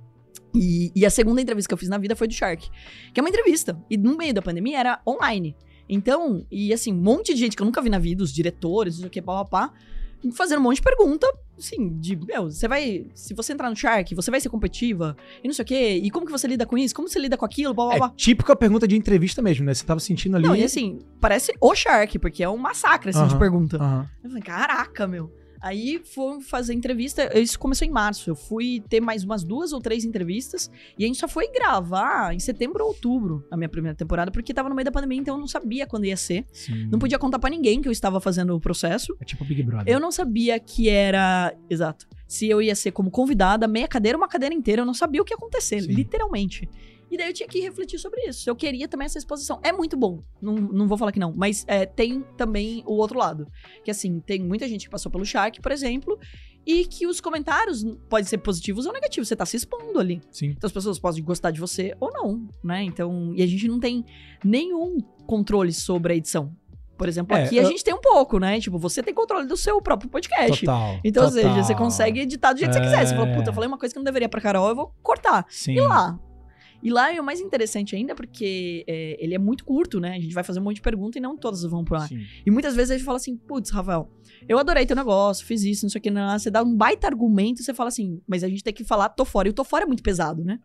E, e a segunda entrevista que eu fiz na vida foi do Shark, que é uma entrevista. E no meio da pandemia era online. Então, e assim, um monte de gente que eu nunca vi na vida, os diretores, não sei o que, pá, pá, pá, fazendo um monte de pergunta, assim, de, meu, você vai, se você entrar no Shark, você vai ser competitiva, e não sei o quê, e como que você lida com isso, como você lida com aquilo, blá, blá, blá. É típica pergunta de entrevista mesmo, né? Você tava sentindo ali... Não, e assim, parece o Shark, porque é um massacre, assim, Aham, de pergunta. aham. Eu falei, caraca, meu. Aí fui fazer entrevista, isso começou em março, eu fui ter mais umas duas ou três entrevistas, e a gente só foi gravar em setembro ou outubro, a minha primeira temporada, porque tava no meio da pandemia, então eu não sabia quando ia ser. Sim. Não podia contar pra ninguém que eu estava fazendo o processo. É tipo Big Brother. Eu não sabia que era... Exato. Se eu ia ser como convidada, meia cadeira, uma cadeira inteira, eu não sabia o que ia acontecer, Sim. literalmente. E daí eu tinha que refletir sobre isso. Eu queria também essa exposição. É muito bom, não, não vou falar que não, mas é, tem também o outro lado. Que assim, tem muita gente que passou pelo Shark, por exemplo, e que os comentários podem ser positivos ou negativos. Você tá se expondo ali. Sim. Então as pessoas podem gostar de você ou não, né? Então, e a gente não tem nenhum controle sobre a edição. Por exemplo, É, aqui eu- a gente tem um pouco, né? Tipo, você tem controle do seu próprio podcast. Total. Então, ou total. seja, você consegue editar do jeito que você quiser. Você É. fala, puta, eu falei uma coisa que não deveria pra Carol, eu vou cortar. Sim. E lá? E lá é o mais interessante ainda, porque é, ele é muito curto, né? A gente vai fazer um monte de pergunta e não todas vão pro ar. Sim. E muitas vezes a gente fala assim, putz, Rafael, eu adorei teu negócio, fiz isso, não sei o que, não, você dá um baita argumento e você fala assim, mas a gente tem que falar, tô fora. E o tô fora é muito pesado, né?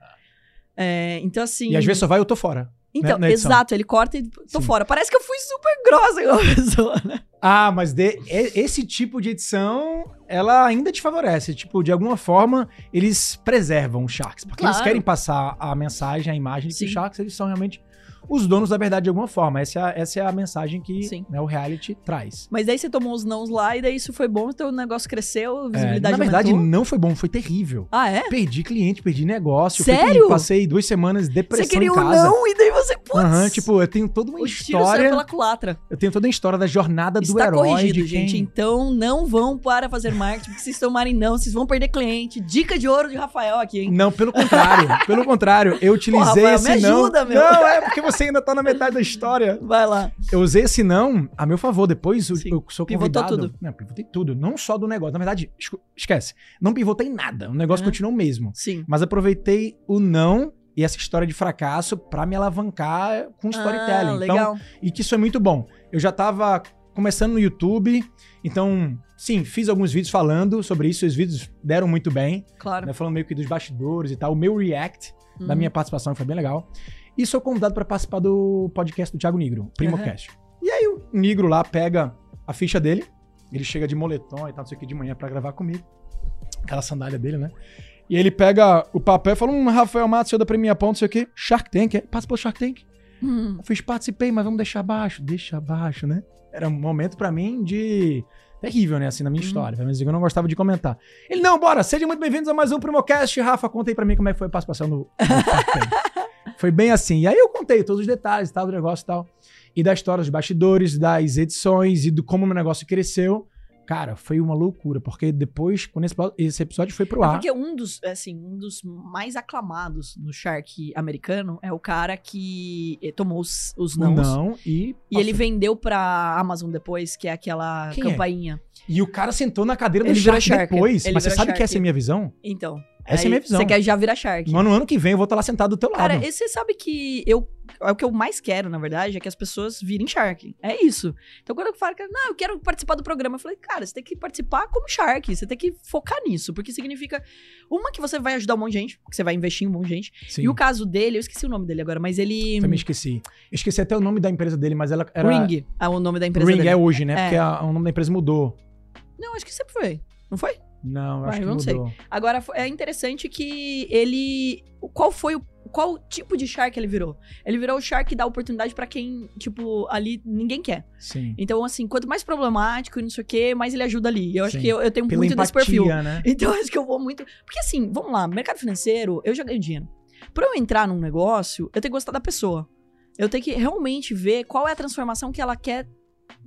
É, então, assim... E às vezes só vai eu tô fora. Então, na edição. exato, ele corta e tô Sim. fora. Parece que eu fui super grossa com a pessoa, né? Ah, mas de- e- esse tipo de edição, ela ainda te favorece. Tipo, de alguma forma, eles preservam os Sharks. Porque eles Claro. querem passar a mensagem, a imagem de que Sim. os Sharks, eles são realmente os donos da verdade de alguma forma. Essa é a, essa é a mensagem que, Sim. né, o reality traz. Mas daí você tomou os nãos lá e daí isso foi bom, então o negócio cresceu, a É, visibilidade na verdade, aumentou. não foi bom, foi terrível. Ah, é? Perdi cliente, perdi negócio. Sério? Foi terrível. Passei duas semanas de depressão Você queria em um casa. não e daí você, putz, Aham, tipo, eu tenho toda uma o tiro saiu história. pela culatra. Eu tenho toda a história da jornada do Está herói. corrigido, de quem... gente. Então não vão para fazer marketing, porque vocês tomarem não, vocês vão perder cliente. Dica de ouro de Rafael aqui, hein? Não, pelo contrário. Pelo contrário, eu utilizei Rafael, esse me não. ajuda, meu. Não, é porque você ainda tá na metade da história. Vai lá. Eu usei esse não a meu favor. Depois eu, Sim. eu sou Pivotou convidado. tudo. Não, pivotei tudo. Não só do negócio. Na verdade, escu- esquece. Não pivotei nada. O negócio Uhum. continuou o mesmo. Sim. Mas aproveitei o não e essa história de fracasso pra me alavancar com storytelling. Ah, Então, legal. e que isso é muito bom. Eu já tava começando no YouTube, então, sim, fiz alguns vídeos falando sobre isso. Os vídeos deram muito bem, Claro. né, falando meio que dos bastidores e tal. O meu react da Uhum. minha participação foi bem legal. E sou convidado para participar do podcast do Thiago Nigro, Primocast. E aí o Nigro lá pega a ficha dele, ele chega de moletom e tal, não sei o que, de manhã pra gravar comigo. Aquela sandália dele, né? E ele pega o papel e fala, hum, Rafael Matos, seu da Premia Ponto, não sei o que, Shark Tank, é? Passa pelo Shark Tank. Hum. Eu fiz, participei, mas vamos deixar abaixo. Deixa abaixo, né? Era um momento pra mim de... terrível, né? Assim, na minha Uhum. história. Pelo menos eu não gostava de comentar. Ele, não, bora, sejam muito bem-vindos a mais um Primocast. Rafa, conta aí pra mim como é que foi a participação no, no Shark Tank. Foi bem assim. E aí eu contei todos os detalhes e tal, do negócio e tal. E da história dos bastidores, das edições e do como o meu negócio cresceu. Cara, foi uma loucura, porque depois, quando esse, esse episódio foi pro É ar... porque um dos, assim, um dos mais aclamados no Shark americano é o cara que eh, tomou os, os o nãos. não e... E ele vendeu pra Amazon depois, que é aquela Quem é? campainha. E o cara sentou na cadeira do Ele virou Shark, Shark. depois. Ele Mas você virou sabe que Shark. essa é a minha visão? Então. Essa é a aí minha visão. Você quer já virar Shark. Mano, no ano que vem eu vou estar lá sentado do teu lado. Cara, e você sabe que eu. É o que eu mais quero, na verdade, é que as pessoas virem Shark. É isso. Então, quando eu falo, que, não, eu quero participar do programa, eu falei, cara, você tem que participar como Shark. Você tem que focar nisso. Porque significa, uma, que você vai ajudar um monte de gente, porque você vai investir em um monte de gente. Sim. E o caso dele, eu esqueci o nome dele agora, mas ele. Também esqueci. Esqueci até o nome da empresa dele, mas ela era... Ring é o nome da empresa Ring dele. é hoje, né? É. Porque a- o nome da empresa mudou. Não, acho que sempre foi. Não foi? Não, eu Ah, acho eu que não sei. mudou. Agora, fo- é interessante que ele... Qual foi o... Qual tipo de Shark ele virou? Ele virou o Shark que dá oportunidade pra quem, tipo, ali ninguém quer. Sim. Então, assim, quanto mais problemático e não sei o quê, mais ele ajuda ali. Eu acho Sim. que eu, eu tenho Pela muito empatia, desse perfil. né? Então, eu acho que eu vou muito... Porque, assim, vamos lá, mercado financeiro, eu já ganho dinheiro. Pra eu entrar num negócio, eu tenho que gostar da pessoa. Eu tenho que realmente ver qual é a transformação que ela quer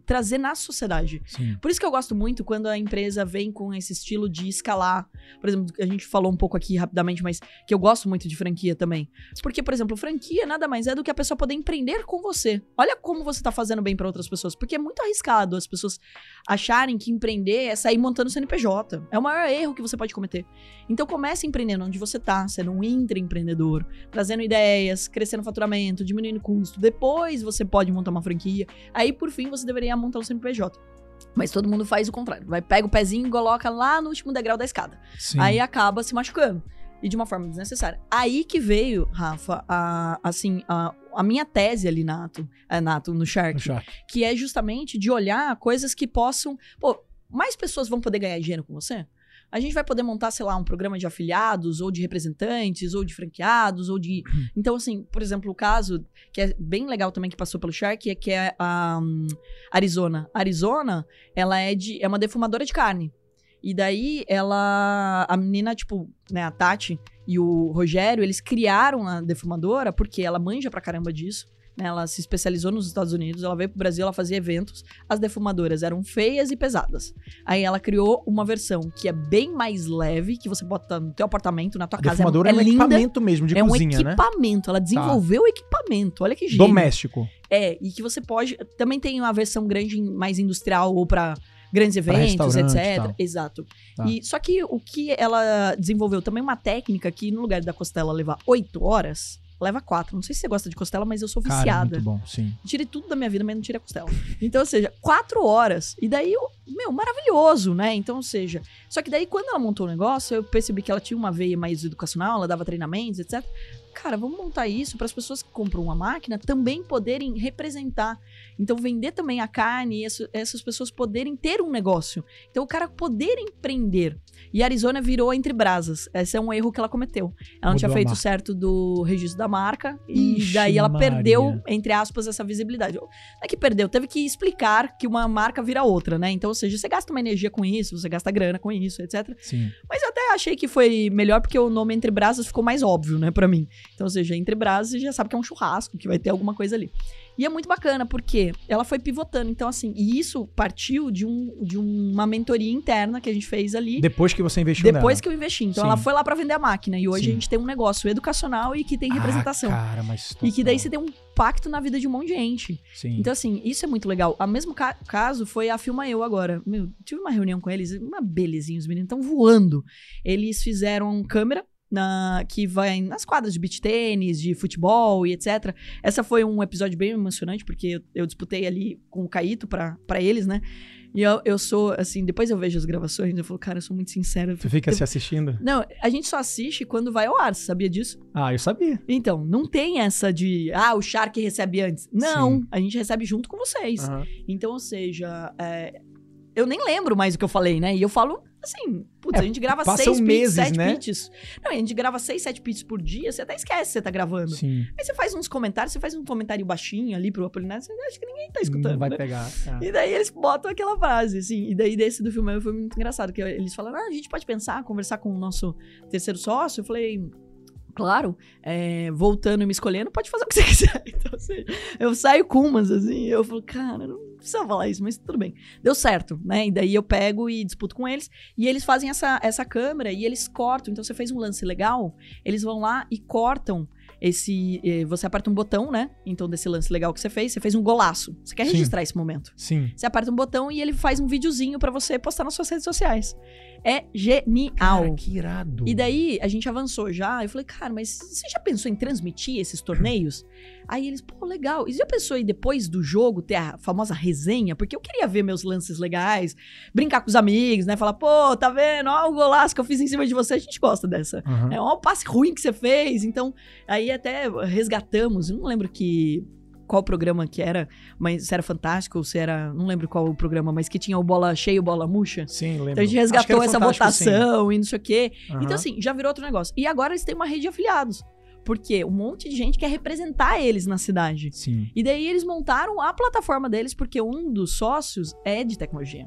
trazer na sociedade. Sim. Por isso que eu gosto muito quando a empresa vem com esse estilo de escalar. Por exemplo, a gente falou um pouco aqui rapidamente, mas que eu gosto muito de franquia também. Porque, por exemplo, franquia nada mais é do que a pessoa poder empreender com você. Olha como você tá fazendo bem para outras pessoas. Porque é muito arriscado as pessoas acharem que empreender é sair montando C N P J. É o maior erro que você pode cometer. Então comece empreendendo onde você tá, sendo um intraempreendedor, trazendo ideias, crescendo faturamento, diminuindo custo. Depois você pode montar uma franquia. Aí, por fim, você deveria montar um C N P J. Mas todo mundo faz o contrário. Vai, pega o pezinho e coloca lá no último degrau da escada. Sim. Aí acaba se machucando. E de uma forma desnecessária. Aí que veio, Rafa, a, assim, a, a minha tese ali, Nato, é, Nato, no Shark, No Shark. que é justamente de olhar coisas que possam... Pô, mais pessoas vão poder ganhar dinheiro com você? A gente vai poder montar, sei lá, um programa de afiliados, ou de representantes, ou de franqueados, ou de... Então, assim, por exemplo, o caso, que é bem legal também, que passou pelo Shark, é que é a um, Arizona. Arizona, ela é, de, é uma defumadora de carne. E daí, ela... A menina, tipo, né, a Tati e o Rogério, eles criaram a defumadora porque ela manja pra caramba disso. Né, ela se especializou nos Estados Unidos, ela veio pro Brasil, ela fazia eventos. As defumadoras eram feias e pesadas. Aí ela criou uma versão que é bem mais leve, que você bota no teu apartamento, na tua A casa. defumadora é, é, um linda, equipamento mesmo de é cozinha, um né? equipamento. Ela desenvolveu o equipamento. Olha que gênio. Doméstico. É, e que você pode... Também tem uma versão grande, mais industrial, ou pra grandes eventos, restaurante e etcétera. tal. Exato. Tá. E, só que o que ela desenvolveu também uma técnica que, no lugar da costela levar oito horas... Leva quatro. Não sei se você gosta de costela, mas eu sou Cara, viciada. muito bom, sim. Tirei tudo da minha vida, mas não tirei a costela. Então, ou seja, quatro horas. E daí, eu, meu, maravilhoso, né? Então, ou seja... Só que daí, quando ela montou o negócio, eu percebi que ela tinha uma veia mais educacional, ela dava treinamentos, etcétera. Cara, vamos montar isso para as pessoas que compram uma máquina também poderem representar. Então, vender também a carne e essa, essas pessoas poderem ter um negócio. Então, o cara poder empreender. E a Arizona virou entre brasas. Esse é um erro que ela cometeu. Ela não Mudou tinha a feito marca. certo do registro da marca. E Ixi, daí ela Maria. perdeu, entre aspas, essa visibilidade. Não é que perdeu, teve que explicar que uma marca vira outra, né? Então, ou seja, você gasta uma energia com isso, você gasta grana com isso, etcétera. Sim. Mas eu até achei que foi melhor porque o nome Entre Brasas ficou mais óbvio, né, pra mim. Então, ou seja, Entre Brasas você já sabe que é um churrasco, que vai ter alguma coisa ali. E é muito bacana, porque ela foi pivotando. Então, assim, e isso partiu de, um, de uma mentoria interna que a gente fez ali. Depois que você investiu Depois nela. que eu investi. Então, Sim. ela foi lá pra vender a máquina. E hoje Sim. a gente tem um negócio educacional e que tem representação. Ah, cara, mas E que daí total. você tem um impacto na vida de um monte de gente. Sim. Então, assim, isso é muito legal. O mesmo ca- caso foi a Filma Eu agora. Meu, tive uma reunião com eles, uma belezinha, os meninos estão voando. Eles fizeram câmera na, que vai nas quadras de beach tênis, de futebol e etcétera. Essa foi um episódio bem emocionante, porque eu, eu disputei ali com o Caíto pra, pra eles, né? E eu, eu sou, assim, depois eu vejo as gravações, eu falo, cara, eu sou muito sincero. Você fica se assistindo? Não, a gente só assiste quando vai ao ar, você sabia disso? Ah, eu sabia. Então, não tem essa de, ah, o Shark recebe antes. Não, Sim. a gente recebe junto com vocês. Aham. Então, ou seja, é, eu nem lembro mais o que eu falei, né? E eu falo, assim, putz, É, a gente grava passam seis meses, pitches, sete né? pitches. Não, a gente grava seis, sete pitches por dia, você até esquece que você tá gravando. Sim. Aí você faz uns comentários, você faz um comentário baixinho ali pro Apolinário, você acha que ninguém tá escutando, Não vai né? pegar. Ah. E daí eles botam aquela frase, assim. E daí desse do filme foi muito engraçado, que eles falaram, ah, a gente pode pensar, conversar com o nosso terceiro sócio. Eu falei, claro, é, voltando e me escolhendo, pode fazer o que você quiser. Então, assim, eu saio com umas, assim, eu falo, cara, não precisa falar isso, mas tudo bem. Deu certo, né? E daí eu pego e disputo com eles, e eles fazem essa, essa câmera, e eles cortam. Então, você fez um lance legal, eles vão lá e cortam esse... eh, Você aperta um botão, né? Então, desse lance legal que você fez, você fez um golaço. Você quer Sim. registrar esse momento. Sim. Você aperta um botão e ele faz um videozinho pra você postar nas suas redes sociais. É genial. Cara, que irado. E daí, a gente avançou já. Eu falei, cara, mas você já pensou em transmitir esses torneios? Aí eles, pô, legal. E já pensou em depois do jogo ter a famosa resenha? Porque eu queria ver meus lances legais, brincar com os amigos, né? Falar, pô, tá vendo? Ó o golaço que eu fiz em cima de você. A gente gosta dessa. Aham. É, ó o passe ruim que você fez. Então, aí até resgatamos. Eu não lembro que... qual programa que era, mas se era Fantástico ou se era, não lembro qual o programa, mas que tinha o Bola Cheia, o Bola Murcha. Sim, lembro. Então a gente Acho que resgatou era essa Fantástico, votação e não sei o quê. sim. Aham. Então assim, já virou outro negócio. E agora eles têm uma rede de afiliados. Porque um monte de gente quer representar eles na cidade. Sim. E daí eles montaram a plataforma deles, porque um dos sócios é de tecnologia.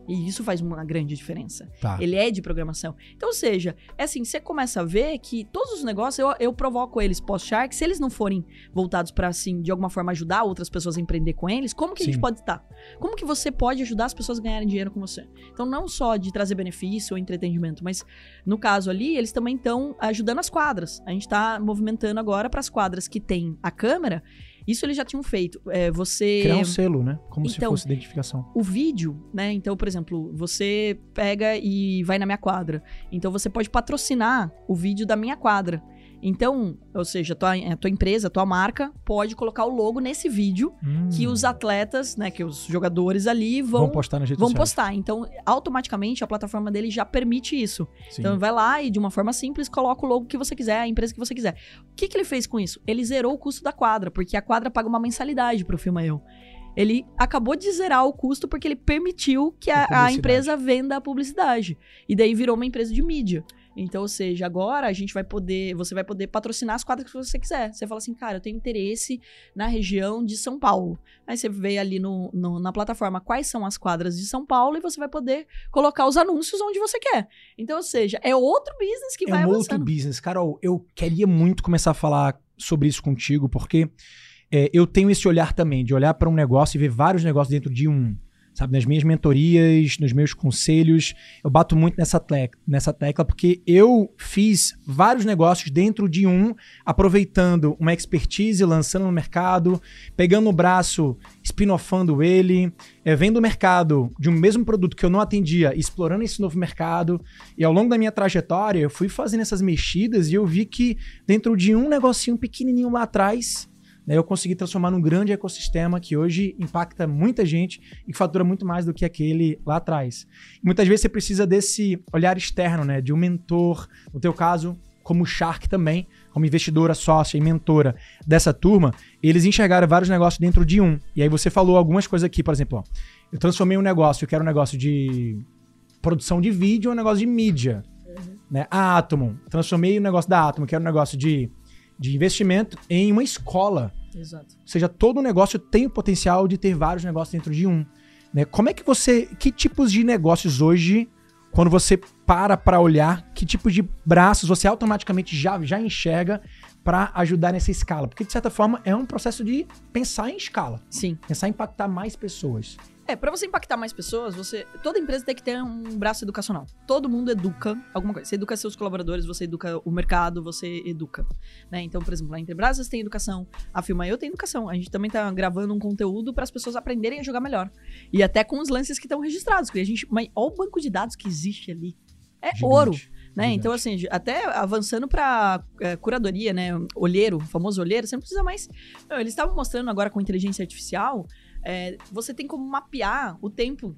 E isso faz uma grande diferença. Tá. Ele é de programação. Então, ou seja, é assim, você começa a ver que todos os negócios, eu, eu provoco eles pós-Shark, se eles não forem voltados para, assim, de alguma forma ajudar outras pessoas a empreender com eles, como que Sim. a gente pode estar? Como que você pode ajudar as pessoas a ganharem dinheiro com você? Então, não só de trazer benefício ou entretenimento, mas no caso ali, eles também estão ajudando as quadras. A gente está movimentando agora para as quadras que tem a câmera. Isso eles já tinham feito. É, você... Criar um selo, né? Como então, se fosse identificação. O vídeo, né? Então, por exemplo, você pega e vai na minha quadra. Então, você pode patrocinar o vídeo da minha quadra. Então, ou seja, a tua, a tua empresa, a tua marca pode colocar o logo nesse vídeo hum. que os atletas, né, que os jogadores ali vão, vão postar nas redes vão sociais. postar. Então, automaticamente, a plataforma dele já permite isso. Sim. Então, vai lá e, de uma forma simples, coloca o logo que você quiser, a empresa que você quiser. O que, que ele fez com isso? Ele zerou o custo da quadra, porque a quadra paga uma mensalidade pro Filma Eu. Ele acabou de zerar o custo porque ele permitiu que a, a empresa venda a publicidade. E daí virou uma empresa de mídia. Então, ou seja, agora a gente vai poder, você vai poder patrocinar as quadras que você quiser. Você fala assim, cara, eu tenho interesse na região de São Paulo. Aí você vê ali no, no, na plataforma quais são as quadras de São Paulo e você vai poder colocar os anúncios onde você quer. Então, ou seja, é outro business que é vai um avançando. outro business. Carol, eu queria muito começar a falar sobre isso contigo, porque é, eu tenho esse olhar também, de olhar para um negócio e ver vários negócios dentro de um. Sabe, nas minhas mentorias, nos meus conselhos, eu bato muito nessa, tec nessa tecla, porque eu fiz vários negócios dentro de um, aproveitando uma expertise, lançando no mercado, pegando o braço, spin-offando ele, é, vendo o mercado de um mesmo produto que eu não atendia, explorando esse novo mercado. E ao longo da minha trajetória, eu fui fazendo essas mexidas e eu vi que dentro de um negocinho pequenininho lá atrás, eu consegui transformar num grande ecossistema que hoje impacta muita gente e que fatura muito mais do que aquele lá atrás. E muitas vezes você precisa desse olhar externo, né? De um mentor, no teu caso, como Shark também, como investidora, sócia e mentora dessa turma, eles enxergaram vários negócios dentro de um. E aí você falou algumas coisas aqui, por exemplo, ó, eu transformei um negócio que era um negócio de produção de vídeo em um negócio de mídia. Uhum. Né? A Atomo, transformei o negócio da Atomo, que era um negócio de de investimento em uma escola. Exato. Ou seja, todo negócio tem o potencial de ter vários negócios dentro de um. Né? Como é que você... Que tipos de negócios hoje, quando você para para olhar, que tipos de braços você automaticamente já, já enxerga para ajudar nessa escala? Porque, de certa forma, é um processo de pensar em escala. Sim. Pensar em impactar mais pessoas. É, pra você impactar mais pessoas, você toda empresa tem que ter um braço educacional. Todo mundo educa alguma coisa. Você educa seus colaboradores, você educa o mercado, você educa. Né? Então, por exemplo, a Intelbras tem educação, a Filma Eu tem educação. A gente também tá gravando um conteúdo para as pessoas aprenderem a jogar melhor. E até com os lances que estão registrados. Porque a gente, mas olha o banco de dados que existe ali. É Gigante. Ouro. Né? Então, assim, até avançando pra é, curadoria, né? Olheiro, o famoso olheiro, você não precisa mais... Não, eles estavam mostrando agora com inteligência artificial, é, você tem como mapear o tempo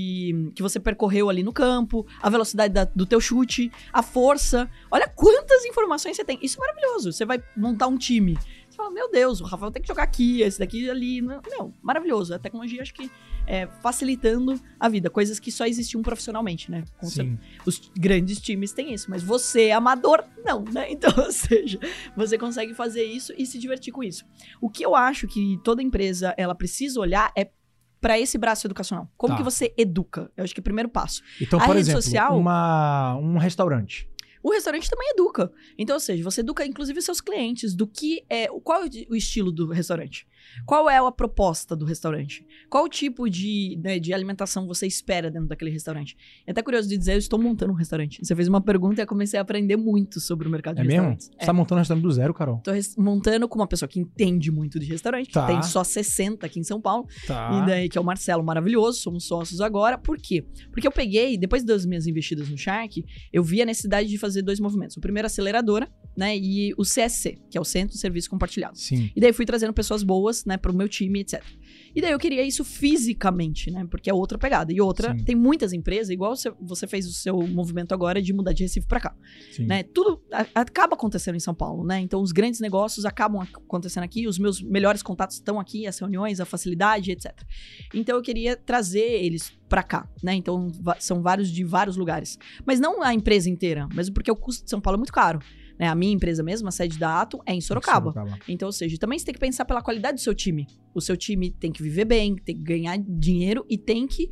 de que você percorreu ali no campo, a velocidade da, do teu chute, a força. Olha quantas informações você tem. Isso é maravilhoso. Você vai montar um time. Você fala, meu Deus, o Rafael tem que jogar aqui, esse daqui ali. Meu, maravilhoso. A tecnologia, acho que é facilitando a vida. Coisas que só existiam profissionalmente, né? Com Sim. Os grandes times têm isso, mas você, amador, não, né? Então, ou seja, você consegue fazer isso e se divertir com isso. O que eu acho que toda empresa, ela precisa olhar é para esse braço educacional. Como tá. que você educa? Eu acho que é o primeiro passo. Então, a por rede exemplo, social, uma, um restaurante. O restaurante também educa. Então, ou seja, você educa inclusive seus clientes do que é, qual é o estilo do restaurante? Qual é a proposta do restaurante? Qual o tipo de, né, de alimentação você espera dentro daquele restaurante? É até curioso de dizer, eu estou montando um restaurante. Você fez uma pergunta e eu comecei a aprender muito sobre o mercado é de mesmo? restaurantes. Você está é. montando um restaurante do zero, Carol? Estou montando com uma pessoa que entende muito de restaurante. Tá. Tem só sessenta aqui em São Paulo. Tá. E daí, que é o Marcelo, maravilhoso. Somos sócios agora. Por quê? Porque eu peguei, depois das minhas investidas no Shark, eu vi a necessidade de fazer dois movimentos. O primeiro, a aceleradora, né? E o C S C, que é o Centro de Serviço Compartilhado. Sim. E daí fui trazendo pessoas boas, né, pro meu time, etcétera. E daí eu queria isso fisicamente, né? Porque é outra pegada. E outra, Sim. tem muitas empresas, igual você, você fez o seu movimento agora de mudar de Recife pra cá. Sim. Né? Tudo a, acaba acontecendo em São Paulo, né? Então os grandes negócios acabam acontecendo aqui, os meus melhores contatos estão aqui, as reuniões, a facilidade, etcétera. Então eu queria trazer eles pra cá, né? Então são vários de vários lugares. Mas não a empresa inteira, mesmo porque o custo de São Paulo é muito caro. Né? A minha empresa mesmo, a sede da Atom, é em Sorocaba. Sorocaba. Então, ou seja, também você tem que pensar pela qualidade do seu time. O seu time tem que viver bem, tem que ganhar dinheiro e tem que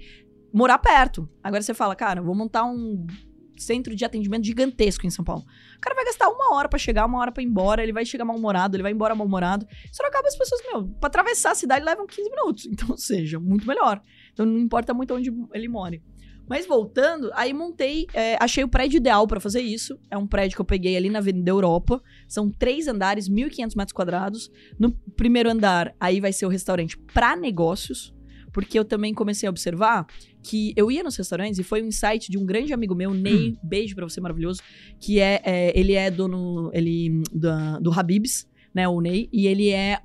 morar perto. Agora você fala, cara, eu vou montar um centro de atendimento gigantesco em São Paulo. O cara vai gastar uma hora pra chegar, uma hora pra ir embora, ele vai chegar mal-humorado, ele vai embora mal-humorado. Sorocaba, as pessoas, meu, pra atravessar a cidade levam quinze minutos. Então, ou seja, muito melhor. Então, não importa muito onde ele more. Mas voltando, aí montei, é, achei o prédio ideal pra fazer isso. É um prédio que eu peguei ali na Avenida Europa. São três andares, mil e quinhentos metros quadrados. No primeiro andar, aí vai ser o restaurante pra negócios. Porque eu também comecei a observar que eu ia nos restaurantes e foi um insight de um grande amigo meu, Ney, hum. beijo pra você, maravilhoso, que é, é ele é dono ele, da, do Habib's, né, o Ney, e ele é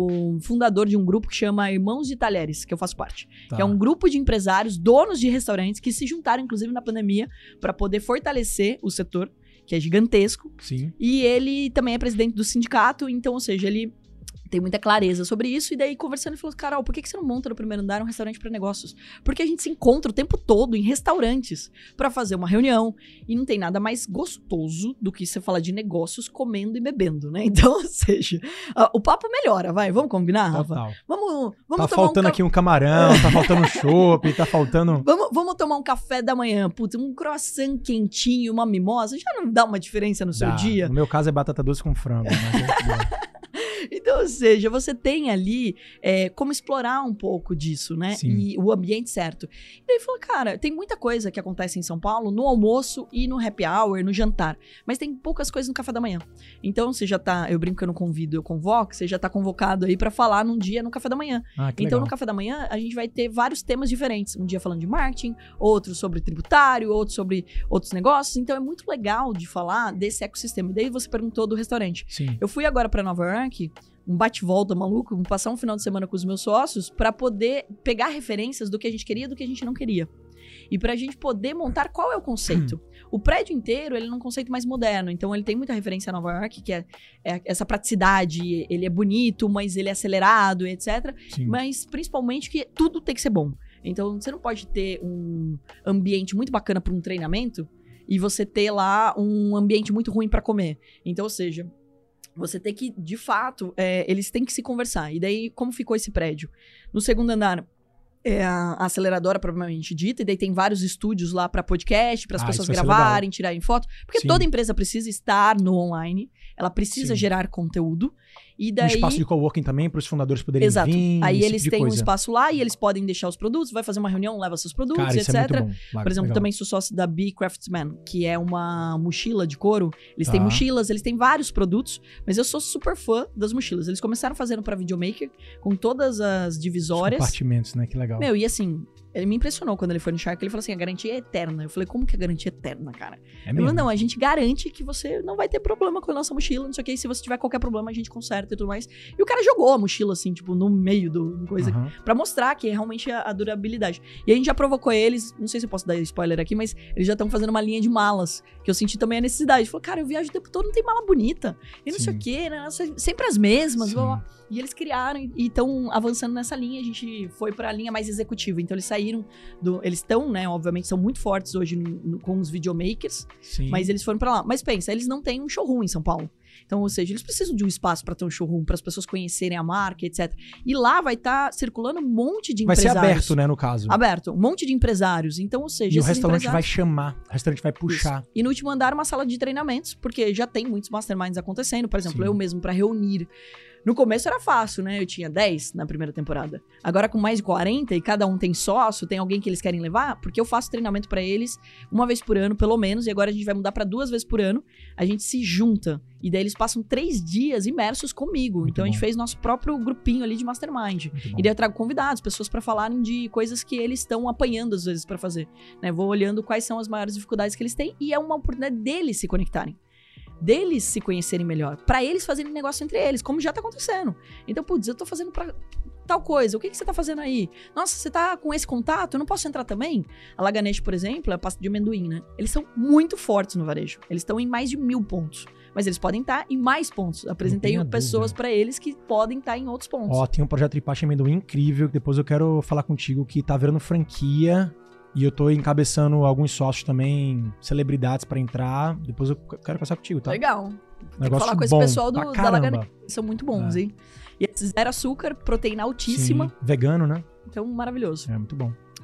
o fundador de um grupo que chama Irmãos de Talheres, que eu faço parte. Tá. Que é um grupo de empresários, donos de restaurantes, que se juntaram, inclusive, na pandemia, para poder fortalecer o setor, que é gigantesco. Sim. E ele também é presidente do sindicato, então, ou seja, ele tem muita clareza sobre isso, e daí conversando ele falou, Carol, por que que você não monta no primeiro andar um restaurante para negócios? Porque a gente se encontra o tempo todo em restaurantes para fazer uma reunião, e não tem nada mais gostoso do que você falar de negócios comendo e bebendo, né? Então, ou seja, uh, o papo melhora, vai, vamos combinar, Rafa? Total. Vamos, vamos tá faltando um ca... aqui um camarão, tá faltando um chopp, tá faltando... Vamos, vamos tomar um café da manhã, putz, um croissant quentinho, uma mimosa, já não dá uma diferença no seu dá. dia? No meu caso é batata doce com frango, mas... Então, ou seja, você tem ali é, como explorar um pouco disso, né? Sim. E o ambiente certo. E daí falou, cara, tem muita coisa que acontece em São Paulo no almoço e no happy hour, no jantar. Mas tem poucas coisas no café da manhã. Então, você já tá, eu brinco que eu não convido, eu convoco, você já tá convocado aí pra falar num dia no café da manhã. Ah, que então, legal. no café da manhã, a gente vai ter vários temas diferentes. Um dia falando de marketing, outro sobre tributário, outro sobre outros negócios. Então, é muito legal de falar desse ecossistema. E daí você perguntou do restaurante. Sim. Eu fui agora pra Nova York, um bate-volta maluco, vou passar um final de semana com os meus sócios pra poder pegar referências do que a gente queria e do que a gente não queria. E pra gente poder montar qual é o conceito. Hum. O prédio inteiro, ele é um conceito mais moderno, então ele tem muita referência a Nova York, que é, é essa praticidade, ele é bonito, mas ele é acelerado, etcétera. Sim. Mas principalmente que tudo tem que ser bom. Então você não pode ter um ambiente muito bacana para um treinamento e você ter lá um ambiente muito ruim pra comer. Então, ou seja... Você tem que, de fato, é, eles têm que se conversar. E daí, como ficou esse prédio? No segundo andar, é a aceleradora, provavelmente dita, e daí tem vários estúdios lá para podcast, para as ah, pessoas gravarem, tirarem foto. Porque Sim. toda empresa precisa estar no online, ela precisa Sim. gerar conteúdo. E daí... Um espaço de coworking também, para os fundadores poderem Exato. vir. Aí eles tipo têm coisa. um espaço lá e eles podem deixar os produtos, vai fazer uma reunião, leva seus produtos, Cara, isso etcétera. É muito bom. Por exemplo, legal. também sou sócio da Bee Craftsman, que é uma mochila de couro. Eles tá. têm mochilas, eles têm vários produtos, mas eu sou super fã das mochilas. Eles começaram fazendo para videomaker, com todas as divisórias. Os compartimentos, né? Que legal. Meu, e assim... Ele me impressionou quando ele foi no Shark. Ele falou assim, a garantia é eterna. Eu falei, como que é garantia eterna, cara? É ele falou, não, a gente garante que você não vai ter problema com a nossa mochila, não sei o que. Se você tiver qualquer problema, a gente conserta e tudo mais. E o cara jogou a mochila, assim, tipo, no meio do coisa, uhum. pra mostrar que é realmente a, a durabilidade. E a gente já provocou eles, não sei se eu posso dar spoiler aqui, mas eles já estão fazendo uma linha de malas, que eu senti também a necessidade. Ele falou, cara, eu viajo o tempo todo, não tem mala bonita. E não Sim. sei o que, né? Sempre as mesmas. Blá, blá. E eles criaram e estão avançando nessa linha. A gente foi pra linha mais executiva. Então, eles saíram do... Eles estão, né, obviamente, são muito fortes hoje no, no, com os videomakers. Sim. Mas eles foram pra lá. Mas pensa, eles não têm um showroom em São Paulo. Então, ou seja, eles precisam de um espaço para ter um showroom, para as pessoas conhecerem a marca, etcétera. E lá vai estar tá circulando um monte de empresários. Vai ser aberto, né, no caso. Aberto, um monte de empresários. Então, ou seja, e o restaurante empresários... vai chamar, o restaurante vai puxar. Isso. E no último andar, uma sala de treinamentos, porque já tem muitos masterminds acontecendo. Por exemplo, Sim. eu mesmo, para reunir. No começo era fácil, né? Eu tinha dez na primeira temporada. Agora com mais de quarenta e cada um tem sócio, tem alguém que eles querem levar, porque eu faço treinamento pra eles uma vez por ano, pelo menos, e agora a gente vai mudar pra duas vezes por ano. A gente se junta e daí eles passam três dias imersos comigo. Muito então bom. A gente fez nosso próprio grupinho ali de mastermind. E daí eu trago convidados, pessoas pra falarem de coisas que eles estão apanhando às vezes pra fazer, né? Vou olhando quais são as maiores dificuldades que eles têm e é uma oportunidade deles se conectarem. Deles se conhecerem melhor, pra eles fazerem negócio entre eles, como já tá acontecendo. Então, putz, eu tô fazendo pra tal coisa, o que que você tá fazendo aí? Nossa, você tá com esse contato, eu não posso entrar também? A Laganesh, por exemplo, é a pasta de amendoim, né? Eles são muito fortes no varejo, eles estão em mais de mil pontos, mas eles podem estar em mais pontos. Apresentei pessoas pra eles que podem estar em outros pontos. Ó, tem um projeto de pasta de amendoim incrível, que depois eu quero falar contigo, que tá virando franquia. E eu tô encabeçando alguns sócios também, celebridades pra entrar. Depois eu quero conversar contigo, tá? Legal. Tem que falar com esse pessoal do, da Laganesh. São muito bons, é. hein? E zero açúcar, proteína altíssima. Sim, vegano, né? Então, maravilhoso. É, muito bom.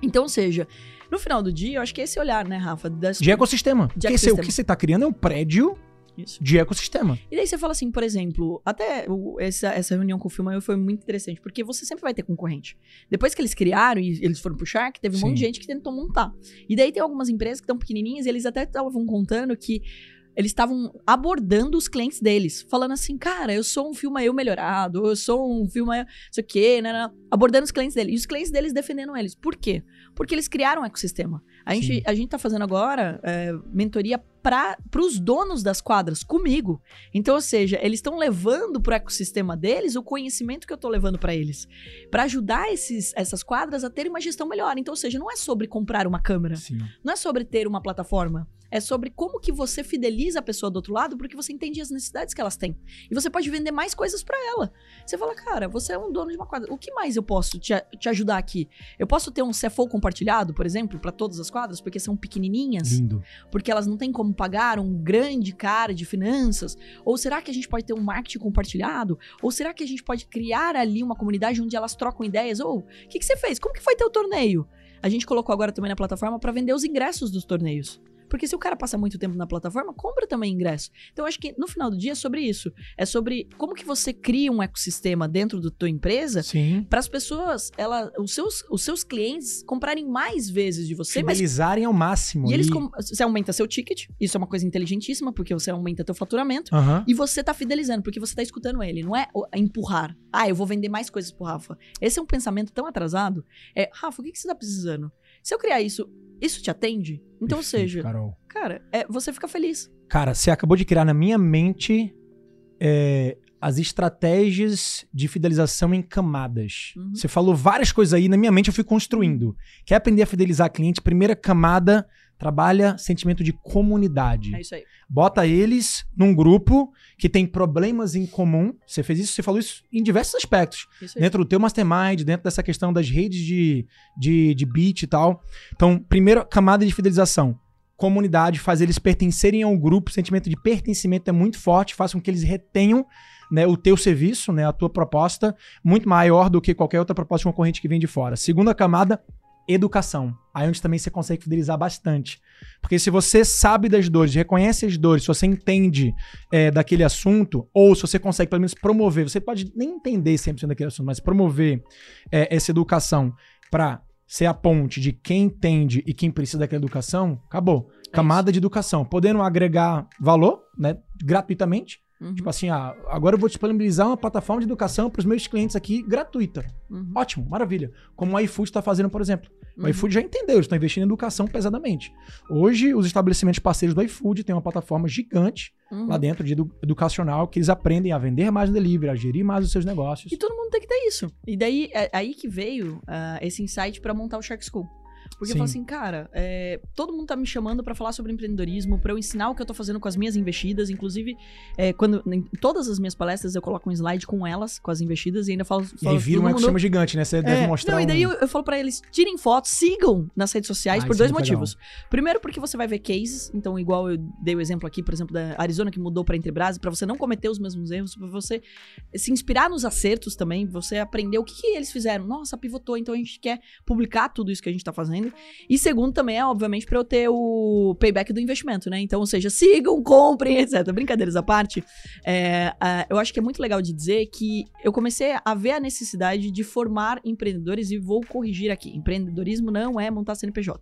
Então, ou seja, no final do dia, eu acho que é esse olhar, né, Rafa? Das... De ecossistema. De Porque ecossistema. o que você tá criando é um prédio Isso. de ecossistema. E daí você fala assim, por exemplo, até o, essa, essa reunião com o Filma foi muito interessante, porque você sempre vai ter concorrente. Depois que eles criaram e eles foram pro Shark, teve um Sim. monte de gente que tentou montar. E daí tem algumas empresas que estão pequenininhas e eles até estavam contando que eles estavam abordando os clientes deles, falando assim, cara, eu sou um Filma eu melhorado, eu sou um Filma eu, não sei o quê, né, né, abordando os clientes deles. E os clientes deles defendendo eles. Por quê? Porque eles criaram um ecossistema. A gente, a gente tá fazendo agora é, mentoria para os donos das quadras, comigo. Então, ou seja, eles estão levando pro ecossistema deles o conhecimento que eu tô levando para eles. Para ajudar esses, essas quadras a terem uma gestão melhor. Então, ou seja, não é sobre comprar uma câmera. Sim. Não é sobre ter uma plataforma. É sobre como que você fideliza a pessoa do outro lado, porque você entende as necessidades que elas têm. E você pode vender mais coisas para ela. Você fala, cara, você é um dono de uma quadra. O que mais eu posso te, te ajudar aqui? Eu posso ter um C F O compartilhado, por exemplo, para todas as quadras, porque são pequenininhas? Lindo. Porque elas não têm como pagar um grande cara de finanças? Ou será que a gente pode ter um marketing compartilhado? Ou será que a gente pode criar ali uma comunidade onde elas trocam ideias? Ou, o que, que você fez? Como que foi teu torneio? A gente colocou agora também na plataforma para vender os ingressos dos torneios. Porque se o cara passa muito tempo na plataforma, compra também ingresso. Então, eu acho que no final do dia é sobre isso. É sobre como que você cria um ecossistema dentro da tua empresa para as pessoas, ela, os, seus, os seus clientes comprarem mais vezes de você. Fidelizarem mas... ao máximo. E eles e... com... você aumenta seu ticket, isso é uma coisa inteligentíssima, porque você aumenta teu faturamento. Uhum. E você tá fidelizando, porque você tá escutando ele. Não é empurrar. Ah, eu vou vender mais coisas pro Rafa. Esse é um pensamento tão atrasado. É, Rafa, o que, que você tá precisando? Se eu criar isso, isso te atende? Então, Perfeito, ou seja, Carol. cara, é, você fica feliz. Cara, você acabou de criar na minha mente é, as estratégias de fidelização em camadas. Uhum. Você falou várias coisas aí, na minha mente eu fui construindo. Quer aprender a fidelizar cliente? Primeira camada, trabalha sentimento de comunidade. É isso aí. Bota eles num grupo que tem problemas em comum. Você fez isso, você falou isso em diversos aspectos. Isso aí. Dentro do teu mastermind, dentro dessa questão das redes de, de, de beat e tal. Então, primeira camada de fidelização. Comunidade, faz eles pertencerem ao grupo. O sentimento de pertencimento é muito forte, faz com que eles retenham, né, o teu serviço, né, a tua proposta, muito maior do que qualquer outra proposta concorrente que vem de fora. Segunda camada, educação. Aí onde também você consegue fidelizar bastante. Porque se você sabe das dores, reconhece as dores, se você entende é, daquele assunto, ou se você consegue pelo menos promover, você pode nem entender cem por cento daquele assunto, mas promover é, essa educação para ser a ponte de quem entende e quem precisa daquela educação, acabou. Camada de educação. Podendo agregar valor, né, gratuitamente. Uhum. Tipo assim, ah, agora eu vou disponibilizar uma plataforma de educação para os meus clientes aqui gratuita. Uhum. Ótimo, maravilha. Como o iFood está fazendo, por exemplo. O Uhum. iFood já entendeu, eles estão investindo em educação pesadamente. Hoje, os estabelecimentos parceiros do iFood têm uma plataforma gigante Uhum. lá dentro de edu- educacional que eles aprendem a vender mais no delivery, a gerir mais os seus negócios. E todo mundo tem que ter isso. E daí, é aí que veio uh, esse insight pra montar o Shark School. Porque Sim. eu falo assim, cara, é, todo mundo tá me chamando pra falar sobre empreendedorismo, pra eu ensinar o que eu tô fazendo com as minhas investidas. Inclusive, é, quando em todas as minhas palestras eu coloco um slide com elas, com as investidas, e ainda falo... E falo aí vira um todo ecossistema mundo- gigante, né? Você deve É, mostrar não, e daí um... eu, eu falo pra eles, tirem fotos, sigam nas redes sociais Ah, por isso é dois muito motivos. Primeiro, porque você vai ver cases, então igual eu dei o exemplo aqui, por exemplo, da Arizona, que mudou pra Intelbras, pra você não cometer os mesmos erros, pra você se inspirar nos acertos também, você aprender o que, que eles fizeram. Nossa, pivotou, então a gente quer publicar tudo isso que a gente tá fazendo. E segundo também é, obviamente, pra eu ter o payback do investimento, né? Então, ou seja, sigam, comprem, etcétera. Brincadeiras à parte, é, a- eu acho que é muito legal de dizer que eu comecei a ver a necessidade de formar empreendedores e vou corrigir aqui. Empreendedorismo não é montar C N P J.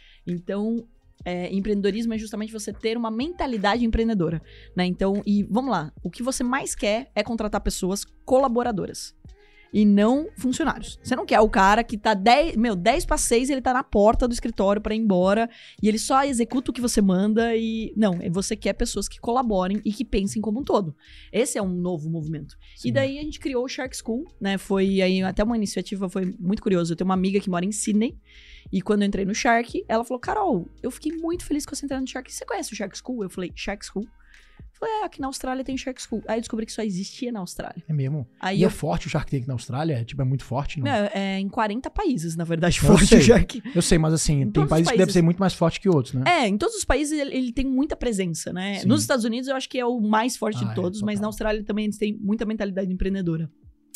Então, é, empreendedorismo é justamente você ter uma mentalidade empreendedora, né? Então, e vamos lá, o que você mais quer é contratar pessoas colaboradoras. E não funcionários. Você não quer o cara que tá dez, meu, dez para seis, ele tá na porta do escritório pra ir embora e ele só executa o que você manda e... Não, você quer pessoas que colaborem e que pensem como um todo. Esse é um novo movimento. Sim. E daí a gente criou o Shark School, né? Foi aí até uma iniciativa, foi muito curioso. Eu tenho uma amiga que mora em Sydney e quando eu entrei no Shark, ela falou, Carol, eu fiquei muito feliz com você entrar no Shark. Você conhece o Shark School? Eu falei, Shark School? Falei, é, aqui na Austrália tem Shark School. Aí eu descobri que só existia na Austrália. É mesmo? Aí e eu... é forte o Shark Tank na Austrália? Tipo, é muito forte, não? É, é em quarenta países, na verdade, Eu forte sei. o Shark. Eu sei, mas assim, tem todos os países que devem países. ser muito mais forte que outros, né? É, em todos os países ele, ele tem muita presença, né? Sim. Nos Estados Unidos eu acho que é o mais forte Ah, de é, todos, mas total. na Austrália também eles têm muita mentalidade empreendedora.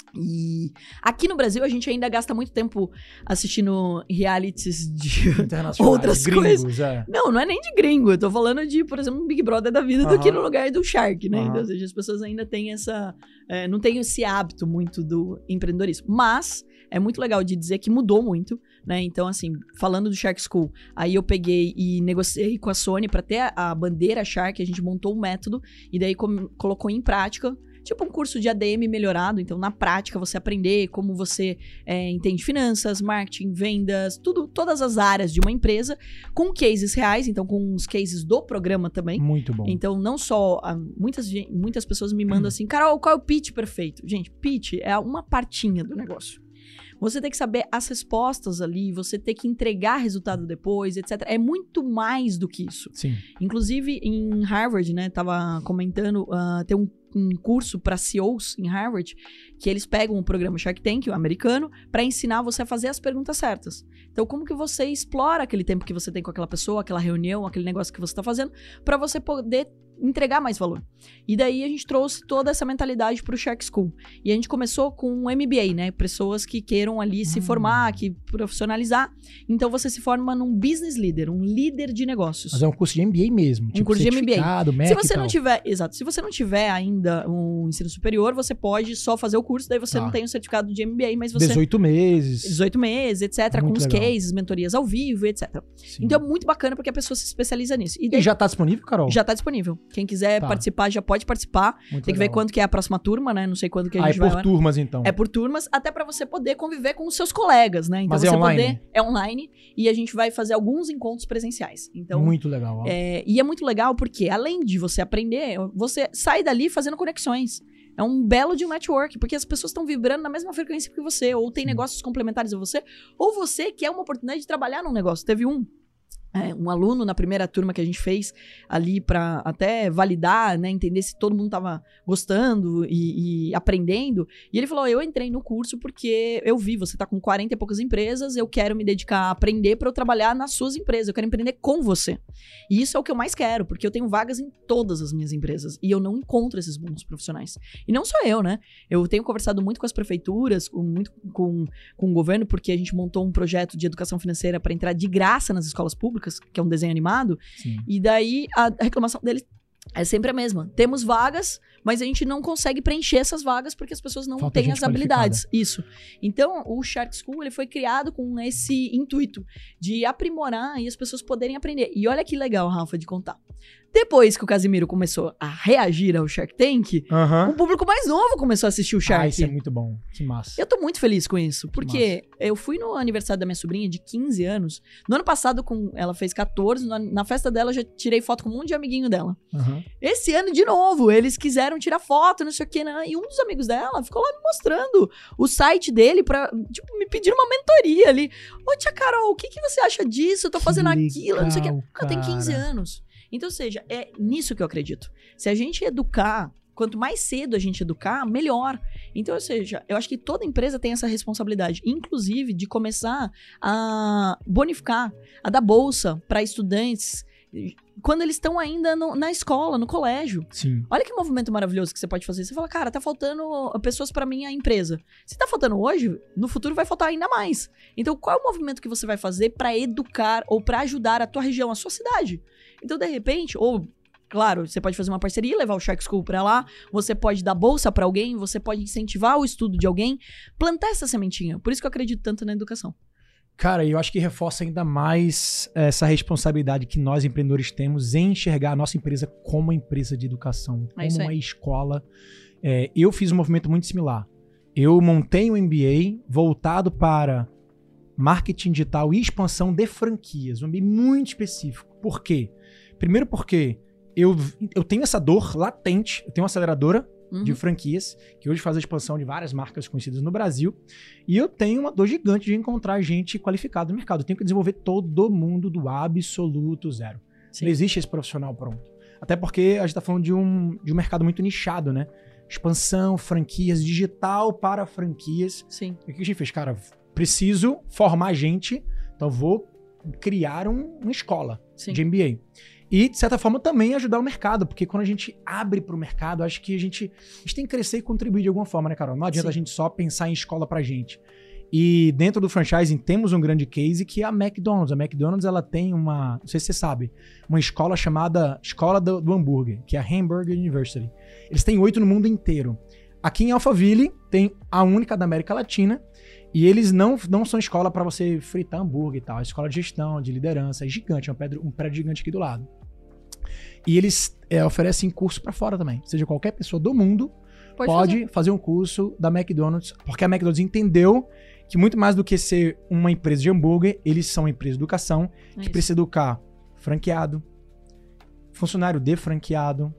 E aqui no Brasil a gente ainda gasta muito tempo assistindo realities de outras gringos, coisas. É. Não, não é nem de gringo. Eu tô falando de, por exemplo, um Big Brother da vida, uh-huh. do que no lugar do Shark, né? Uh-huh. Então, ou seja, as pessoas ainda têm essa... É, não têm esse hábito muito do empreendedorismo. Mas é muito legal de dizer que mudou muito, né? Então, assim, falando do Shark School, aí eu peguei e negociei com a Sony pra ter a, a bandeira Shark, a gente montou um método e daí com, colocou em prática. Tipo um curso de A D M melhorado, então na prática você aprender como você é, entende finanças, marketing, vendas, tudo, todas as áreas de uma empresa, com cases reais, então com os cases do programa também. Muito bom. Então não só, muitas, muitas pessoas me mandam assim, Carol, qual é o pitch perfeito? Gente, pitch é uma partinha do negócio. Você tem que saber as respostas ali, você tem que entregar resultado depois, etcétera. É muito mais do que isso. Sim. Inclusive, em Harvard, né, tava comentando, uh, tem um, um curso para C E Os em Harvard, que eles pegam o programa Shark Tank, o americano, para ensinar você a fazer as perguntas certas. Então, como que você explora aquele tempo que você tem com aquela pessoa, aquela reunião, aquele negócio que você tá fazendo, para você poder entregar mais valor. E daí a gente trouxe toda essa mentalidade pro Shark School. E a gente começou com um M B A, né? Pessoas que queiram ali hum. se formar, que profissionalizar. Então você se forma num business leader, um líder de negócios. Mas é um curso de M B A mesmo. Um tipo curso de M B A. Mac se você e não tal. tiver, exato, se você não tiver ainda um ensino superior, você pode só fazer o curso, daí você ah. não tem o certificado de M B A, mas você... dezoito meses. dezoito meses, etcétera. Muito com os legal. cases, mentorias ao vivo, etcétera. Sim. Então é muito bacana porque a pessoa se especializa nisso. E, daí, e já tá disponível, Carol? Já tá disponível. Quem quiser tá. participar já pode participar. Muito Tem que legal. ver quando que é a próxima turma, né? Não sei quando que a ah, gente é vai. por lá. turmas, então. É por turmas, até pra você poder conviver com os seus colegas, né? Então Mas você é online? poder. É online e a gente vai fazer alguns encontros presenciais. Então, muito legal. Ó. É, e é muito legal porque, além de você aprender, você sai dali fazendo conexões. É um belo de um network, porque as pessoas estão vibrando na mesma frequência que você, ou tem Sim. negócios complementares a você, ou você quer uma oportunidade de trabalhar num negócio. Teve um. É, um aluno na primeira turma que a gente fez ali para até validar, né, entender se todo mundo tava gostando e, e aprendendo, e ele falou, eu entrei no curso porque eu vi, você tá com quarenta e poucas empresas, eu quero me dedicar a aprender para eu trabalhar nas suas empresas, eu quero empreender com você, e isso é o que eu mais quero, porque eu tenho vagas em todas as minhas empresas, e eu não encontro esses bons profissionais, e não só eu, né, eu tenho conversado muito com as prefeituras, com, muito com, com o governo, porque a gente montou um projeto de educação financeira para entrar de graça nas escolas públicas, que é um desenho animado, Sim. e daí a reclamação dele é sempre a mesma. Temos vagas, mas a gente não consegue preencher essas vagas porque as pessoas não Falta têm as habilidades. Isso. Então, o Shark School ele foi criado com esse intuito de aprimorar e as pessoas poderem aprender. E olha que legal, Rafa, de contar. Depois que o Casimiro começou a reagir ao Shark Tank, uhum. o público mais novo começou a assistir o Shark. Ah, isso é muito bom. Que massa. Eu tô muito feliz com isso, porque eu fui no aniversário da minha sobrinha de quinze anos. No ano passado, com ela fez catorze, na festa dela eu já tirei foto com um monte de amiguinho dela. Uhum. Esse ano, de novo, eles quiseram tirar foto, não sei o que, né? E um dos amigos dela ficou lá me mostrando o site dele pra, tipo, me pedir uma mentoria ali. Ô, tia Carol, o que, que você acha disso? Eu tô fazendo que aquilo, legal, não sei o que. cara. Eu tenho quinze anos. Então, ou seja, é nisso que eu acredito. Se a gente educar, quanto mais cedo a gente educar, melhor. Então, ou seja, eu acho que toda empresa tem essa responsabilidade, inclusive de começar a bonificar, a dar bolsa para estudantes quando eles estão ainda no, na escola, no colégio. Sim. Olha que movimento maravilhoso que você pode fazer. Você fala, cara, tá faltando pessoas pra minha empresa. Se tá faltando hoje, no futuro vai faltar ainda mais. Então, qual é o movimento que você vai fazer pra educar ou pra ajudar a tua região, a sua cidade? Então, de repente, ou... Claro, você pode fazer uma parceria, levar o Shark School pra lá, você pode dar bolsa pra alguém, você pode incentivar o estudo de alguém, plantar essa sementinha. Por isso que eu acredito tanto na educação. Cara, eu acho que reforça ainda mais essa responsabilidade que nós empreendedores temos em enxergar a nossa empresa como uma empresa de educação, é como uma escola. É, eu fiz um movimento muito similar. Eu montei um M B A voltado para marketing digital e expansão de franquias, um M B A muito específico. Por quê? Primeiro porque eu, eu tenho essa dor latente, eu tenho uma aceleradora Uhum. de franquias, que hoje faz a expansão de várias marcas conhecidas no Brasil, e eu tenho uma dor gigante de encontrar gente qualificada no mercado. Eu tenho que desenvolver todo mundo do absoluto zero. Sim. Não existe esse profissional pronto. Até porque a gente tá falando de um, de um mercado muito nichado, né? Expansão, franquias, digital para franquias. Sim. E o que a gente fez? Cara, preciso formar gente, então vou criar um, uma escola Sim. de M B A. E, de certa forma, também ajudar o mercado, porque quando a gente abre para o mercado, acho que a gente, a gente tem que crescer e contribuir de alguma forma, né, Carol? Não adianta Sim. a gente só pensar em escola pra gente. E dentro do franchising temos um grande case que é a McDonald's. A McDonald's, ela tem uma, não sei se você sabe, uma escola chamada Escola do, do Hambúrguer, que é a Hamburger University. Eles têm oito no mundo inteiro. Aqui em Alphaville tem a única da América Latina, e eles não, não são escola para você fritar hambúrguer e tal. É escola de gestão, de liderança, é gigante, é um prédio, um prédio gigante aqui do lado. E eles é, oferecem curso para fora também. Ou seja, qualquer pessoa do mundo pode, pode fazer. fazer um curso da McDonald's, porque a McDonald's entendeu que muito mais do que ser uma empresa de hambúrguer, eles são uma empresa de educação é que isso. precisa educar franqueado, funcionário de franqueado,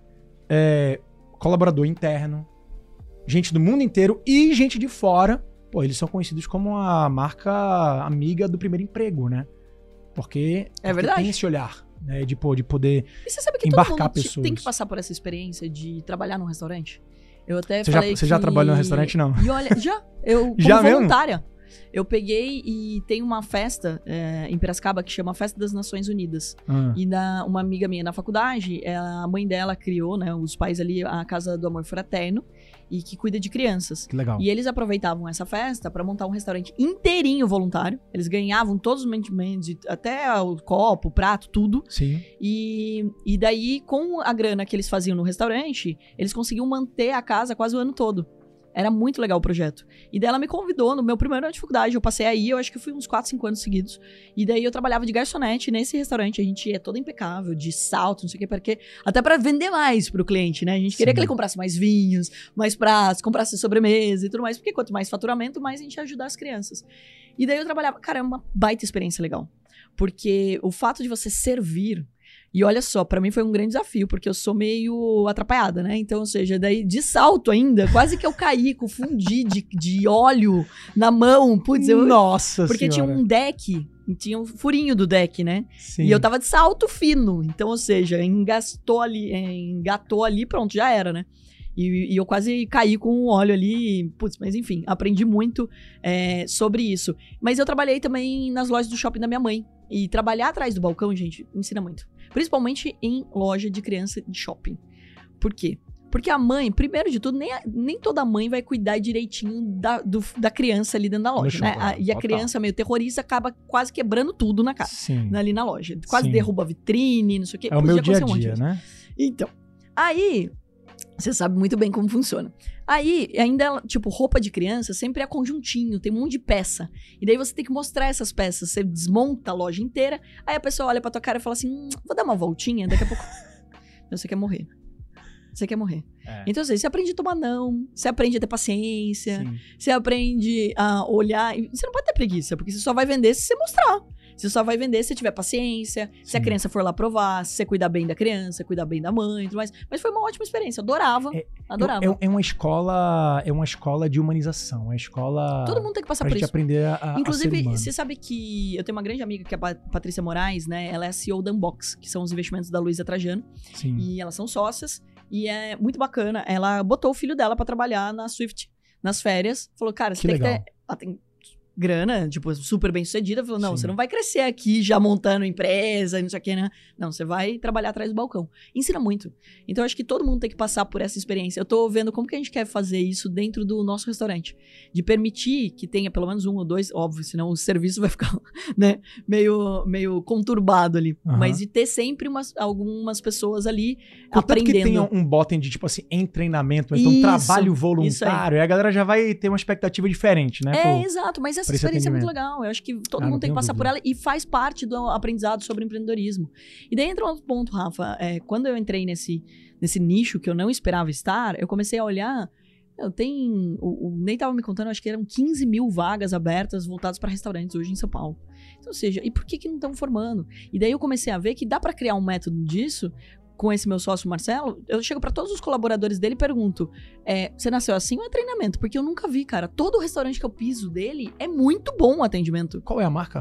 é, colaborador interno, gente do mundo inteiro e gente de fora. Pô, eles são conhecidos como a marca amiga do primeiro emprego, né? Porque, é porque verdade. tem esse olhar, né? De, pô, de poder e você sabe que embarcar todo mundo pessoas. Tem que passar por essa experiência de trabalhar num restaurante? Eu até você falei já, Você que... já trabalhou no restaurante, não? E olha, já. Eu, como já voluntária. Mesmo? Eu peguei e tem uma festa é, em Piracicaba que chama Festa das Nações Unidas. Ah. E na, uma amiga minha na faculdade, ela, a mãe dela criou, né, os pais ali, a Casa do Amor Fraterno, e que cuida de crianças. Que legal. E eles aproveitavam essa festa para montar um restaurante inteirinho voluntário. Eles ganhavam todos os mantimentos, até o copo, o prato, tudo. Sim. E, e daí, com a grana que eles faziam no restaurante, eles conseguiam manter a casa quase o ano todo. Era muito legal o projeto. E daí ela me convidou no meu primeiro ano de faculdade. Eu passei aí, eu acho que fui uns quatro, cinco anos seguidos. E daí eu trabalhava de garçonete nesse restaurante. A gente ia todo impecável, de salto, não sei o que, porque até pra vender mais pro cliente, né? A gente Sim. queria que ele comprasse mais vinhos, mais pratos, comprasse sobremesa e tudo mais. Porque quanto mais faturamento, mais a gente ia ajudar as crianças. E daí eu trabalhava... Cara, é uma baita experiência legal. Porque o fato de você servir... E olha só, pra mim foi um grande desafio, porque eu sou meio atrapalhada, né? Então, ou seja, daí de salto ainda, quase que eu caí, confundi de, de óleo na mão. Putz, eu... Nossa Porque senhora. tinha um deck, tinha um furinho do deck, né? Sim. E eu tava de salto fino. Então, ou seja, engastou ali, engatou ali, pronto, já era, né? E, e eu quase caí com o óleo ali, putz, mas enfim, aprendi muito é, sobre isso. Mas eu trabalhei também nas lojas do shopping da minha mãe. E trabalhar atrás do balcão, gente, ensina muito. Principalmente em loja de criança de shopping. Por quê? Porque a mãe, primeiro de tudo, nem, a, nem toda mãe vai cuidar direitinho da, do, da criança ali dentro da loja, né? A, e a criança meio terrorista acaba quase quebrando tudo na casa, Sim. ali na loja. Quase Sim. derruba a vitrine, não sei o quê. É o meu dia a um dia, né? Então, aí... Você sabe muito bem como funciona. Aí, ainda, tipo, roupa de criança sempre é conjuntinho, tem um monte de peça. E daí você tem que mostrar essas peças. Você desmonta a loja inteira, aí a pessoa olha pra tua cara e fala assim, hum, vou dar uma voltinha, daqui a pouco... Você quer morrer. Você quer morrer. É. Então, assim, você aprende a tomar não, você aprende a ter paciência, Sim. você aprende a olhar... Você não pode ter preguiça, porque você só vai vender se você mostrar. Você só vai vender se tiver paciência, Sim. se a criança for lá provar, se você cuidar bem da criança, cuidar bem da mãe e tudo mais. Mas foi uma ótima experiência, eu adorava, é, adorava. É, é uma escola, é uma escola de humanização, é uma escola... Todo mundo tem que passar pra por gente isso. aprender a, a Inclusive, ser humano. Você sabe que eu tenho uma grande amiga que é a Patrícia Moraes, né? Ela é a C E O da Unbox, que são os investimentos da Luísa Trajano. Sim. E elas são sócias. E é muito bacana. Ela botou o filho dela pra trabalhar na Swift, nas férias. Falou, cara, você que tem legal. que ter... Ela tem grana, tipo, super bem sucedida. Falou, não, Sim. você não vai crescer aqui já montando empresa, não sei o que, né? Não, você vai trabalhar atrás do balcão. Ensina muito. Então, eu acho que todo mundo tem que passar por essa experiência. Eu tô vendo como que a gente quer fazer isso dentro do nosso restaurante. De permitir que tenha pelo menos um ou dois, óbvio, senão o serviço vai ficar, né, meio, meio conturbado ali. Uhum. Mas de ter sempre umas, algumas pessoas ali Portanto aprendendo. que tenha um bottom de, tipo assim, em treinamento, então um trabalho voluntário, e a galera já vai ter uma expectativa diferente, né? É, Pô, exato, mas essa experiência é muito legal. Eu acho que todo ah, mundo tem que passar dúvida. por ela e faz parte do aprendizado sobre empreendedorismo. E daí entra um outro ponto, Rafa. É, quando eu entrei nesse, nesse nicho que eu não esperava estar, eu comecei a olhar. Eu tenho. O, o Ney tava me contando, acho que eram quinze mil vagas abertas voltadas para restaurantes hoje em São Paulo. Então, ou seja, e por que, que não estão formando? E daí eu comecei a ver que dá para criar um método disso. Com esse meu sócio Marcelo, eu chego pra todos os colaboradores dele e pergunto, é, você nasceu assim ou é treinamento? Porque eu nunca vi, cara. Todo restaurante que eu piso dele é muito bom o atendimento. Qual é a marca?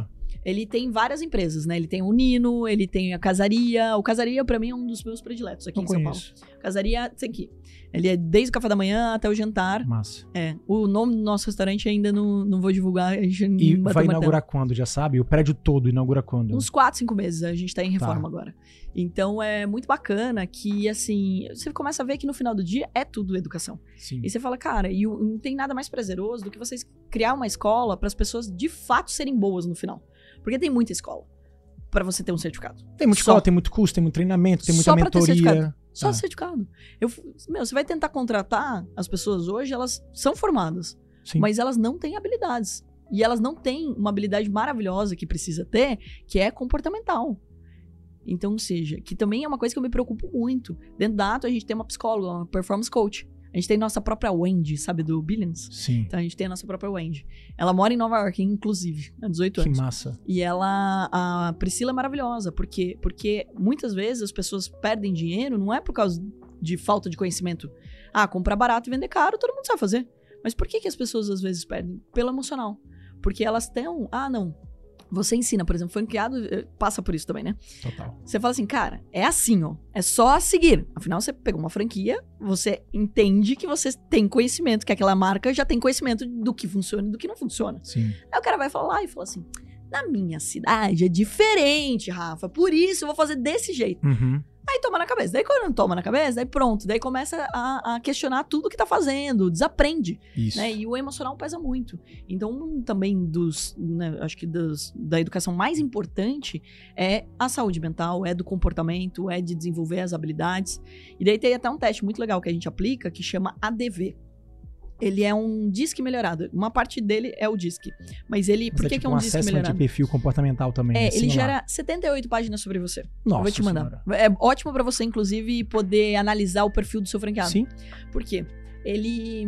Ele tem várias empresas, né? Ele tem o Nino, ele tem a Casaria. O Casaria, pra mim, é um dos meus prediletos aqui Não em São conheço. Paulo. Casaria, tem aqui. Ele é desde o café da manhã até o jantar. Massa. É. O nome do nosso restaurante ainda não, não vou divulgar. A gente E não bateu vai martelo. inaugurar quando, já sabe? O prédio todo inaugura quando? Uns quatro, cinco meses. A gente tá em reforma Tá. agora. Então, é muito bacana que, assim, você começa a ver que no final do dia é tudo educação. Sim. E você fala, cara, e o- não tem nada mais prazeroso do que vocês criar uma escola para as pessoas de fato serem boas no final. Porque tem muita escola para você ter um certificado. Tem muita Só. escola, tem muito curso, tem muito treinamento, tem muita Só pra ter mentoria. certificado. Só Tá. certificado. Eu, meu, você vai tentar contratar as pessoas hoje, elas são formadas, Sim. mas elas não têm habilidades. E elas não têm uma habilidade maravilhosa que precisa ter, que é comportamental. Então, ou seja, que também é uma coisa que eu me preocupo muito. Dentro da Ato, a gente tem uma psicóloga, uma performance coach. A gente tem nossa própria Wendy, sabe, do Billions? Sim. Então a gente tem a nossa própria Wendy. Ela mora em Nova York, inclusive, há dezoito Que anos. massa. E ela, a Priscila é maravilhosa, porque, porque muitas vezes as pessoas perdem dinheiro não é por causa de falta de conhecimento. Ah, comprar barato e vender caro, todo mundo sabe fazer. Mas por que, que as pessoas às vezes perdem? Pelo emocional. Porque elas têm, ah, não. Você ensina, por exemplo, franqueado, eh, passa por isso também, né? Total. Você fala assim, cara, é assim, ó. É só seguir. Afinal, você pegou uma franquia, você entende que você tem conhecimento, que aquela marca já tem conhecimento do que funciona e do que não funciona. Sim. Aí o cara vai falar lá e fala assim, na minha cidade é diferente, Rafa, por isso eu vou fazer desse jeito. Uhum. Aí toma na cabeça. Daí quando não toma na cabeça, daí pronto. Daí começa a, a questionar tudo que tá fazendo, desaprende. Isso. Né? E o emocional pesa muito. Então, um também dos, né, acho que dos, da educação mais importante é a saúde mental, é do comportamento, é de desenvolver as habilidades. E daí tem até um teste muito legal que a gente aplica, que chama A D V. Ele é um disque melhorado. Uma parte dele é o disque. Mas ele, Mas por é que, tipo que é um um disque assessment melhorado? de perfil comportamental também. É, assim, ele lá. gera setenta e oito páginas sobre você. Nossa Eu vou te mandar. Senhora. É ótimo pra você, inclusive, poder analisar o perfil do seu franqueado. Sim. Por quê? Ele,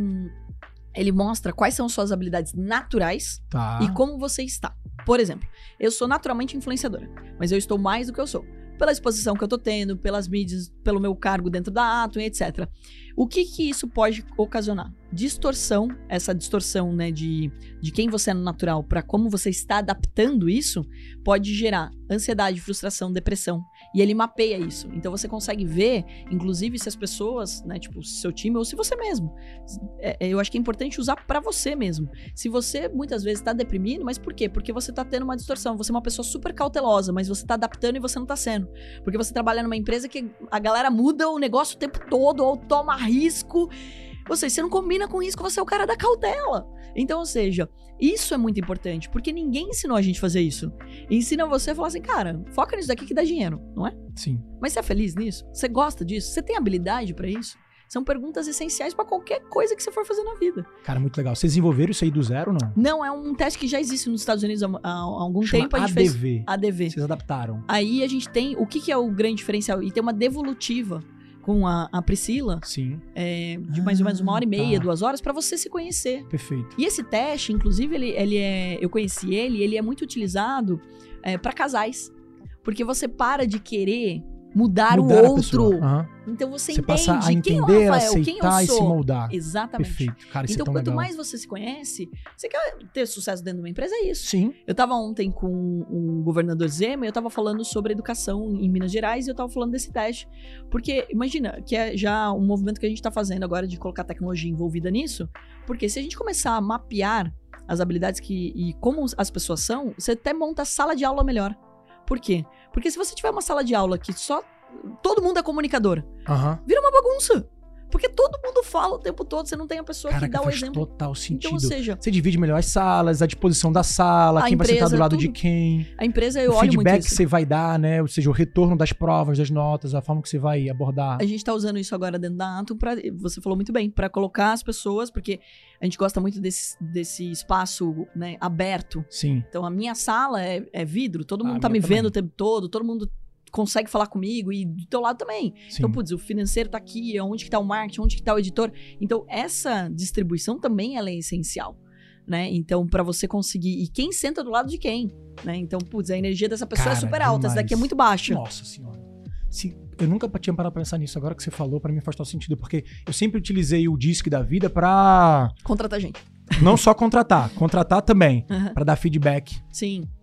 ele mostra quais são suas habilidades naturais Tá. e como você está. Por exemplo, eu sou naturalmente influenciadora, mas eu estou mais do que eu sou. Pela exposição que eu tô tendo, pelas mídias, pelo meu cargo dentro da Ato, etcétera. O que que isso pode ocasionar? Distorção, essa distorção, né, de, de quem você é no natural para como você está adaptando isso, pode gerar ansiedade, frustração, depressão. E ele mapeia isso. Então você consegue ver, inclusive, se as pessoas, né, tipo, seu time ou se você mesmo. É, eu acho que é importante usar para você mesmo. Se você muitas vezes tá deprimido, mas por quê? Porque você tá tendo uma distorção. Você é uma pessoa super cautelosa, mas você tá adaptando e você não tá sendo. Porque você trabalha numa empresa que a galera muda o negócio o tempo todo, ou toma risco. Ou seja, você não combina com risco, você é o cara da cautela. Então, ou seja, isso é muito importante, porque ninguém ensinou a gente a fazer isso. Ensina você a falar assim, cara, foca nisso daqui que dá dinheiro, não é? Sim. Mas você é feliz nisso? Você gosta disso? Você tem habilidade pra isso? São perguntas essenciais pra qualquer coisa que você for fazer na vida. Cara, muito legal. Vocês desenvolveram isso aí do zero ou não? Não, é um teste que já existe nos Estados Unidos há, há- há algum Chama tempo. A gente A D V. fez A D V. Vocês adaptaram. Aí a gente tem, o que, que é o grande diferencial? E tem uma devolutiva com a, a Priscila, Sim. é, de mais ou menos uma hora e meia, tá. duas horas, pra você se conhecer. Perfeito. E esse teste, inclusive, ele, ele é, eu conheci ele, ele é muito utilizado é, para casais. Porque você para de querer mudar, Mudar o a outro. pessoa. Aham. Então você, Você entende passa a quem é o entender, Rafael, quem eu aceitar e se sou. moldar. Exatamente. Perfeito. Cara, isso Então, é tão quanto legal. mais você se conhece, você quer ter sucesso dentro de uma empresa, é isso. Sim. Eu tava ontem com o governador Zema e eu tava falando sobre educação em Minas Gerais e eu tava falando desse teste. Porque, imagina, que é já um movimento que a gente tá fazendo agora de colocar tecnologia envolvida nisso. Porque se a gente começar a mapear as habilidades que, e como as pessoas são, você até monta a sala de aula melhor. Por quê? Porque se você tiver uma sala de aula que só todo mundo é comunicador, Aham. vira uma bagunça. Porque todo mundo fala o tempo todo, você não tem a pessoa Cara, que dá o faz exemplo. total sentido. Então, ou seja, Você divide melhor as salas, a disposição da sala, A quem vai sentar do empresa, lado de tudo. quem, a empresa, eu o olho muito feedback que isso. você vai dar, né? Ou seja, o retorno das provas, das notas, a forma que você vai abordar. A gente tá usando isso agora dentro da Atom pra, você falou muito bem, pra colocar as pessoas, porque a gente gosta muito desse, desse espaço, né, aberto. Sim. Então a minha sala é, é vidro, todo Ah, mundo a tá me minha vendo também. o tempo todo, todo mundo consegue falar comigo e do teu lado também. Sim. Então, putz, o financeiro tá aqui, onde que tá o marketing, onde que tá o editor. Então, essa distribuição também ela é essencial, né? Então, pra você conseguir... E quem senta do lado de quem, né? Então, putz, a energia dessa pessoa Cara, é super alta, essa daqui é demais. muito baixa. Nossa senhora. Se, eu nunca tinha parado pra pensar nisso. Agora que você falou, pra mim faz total sentido. Porque eu sempre utilizei o disque da vida pra Contrata gente. não só contratar, contratar também, Aham. pra dar feedback. Sim.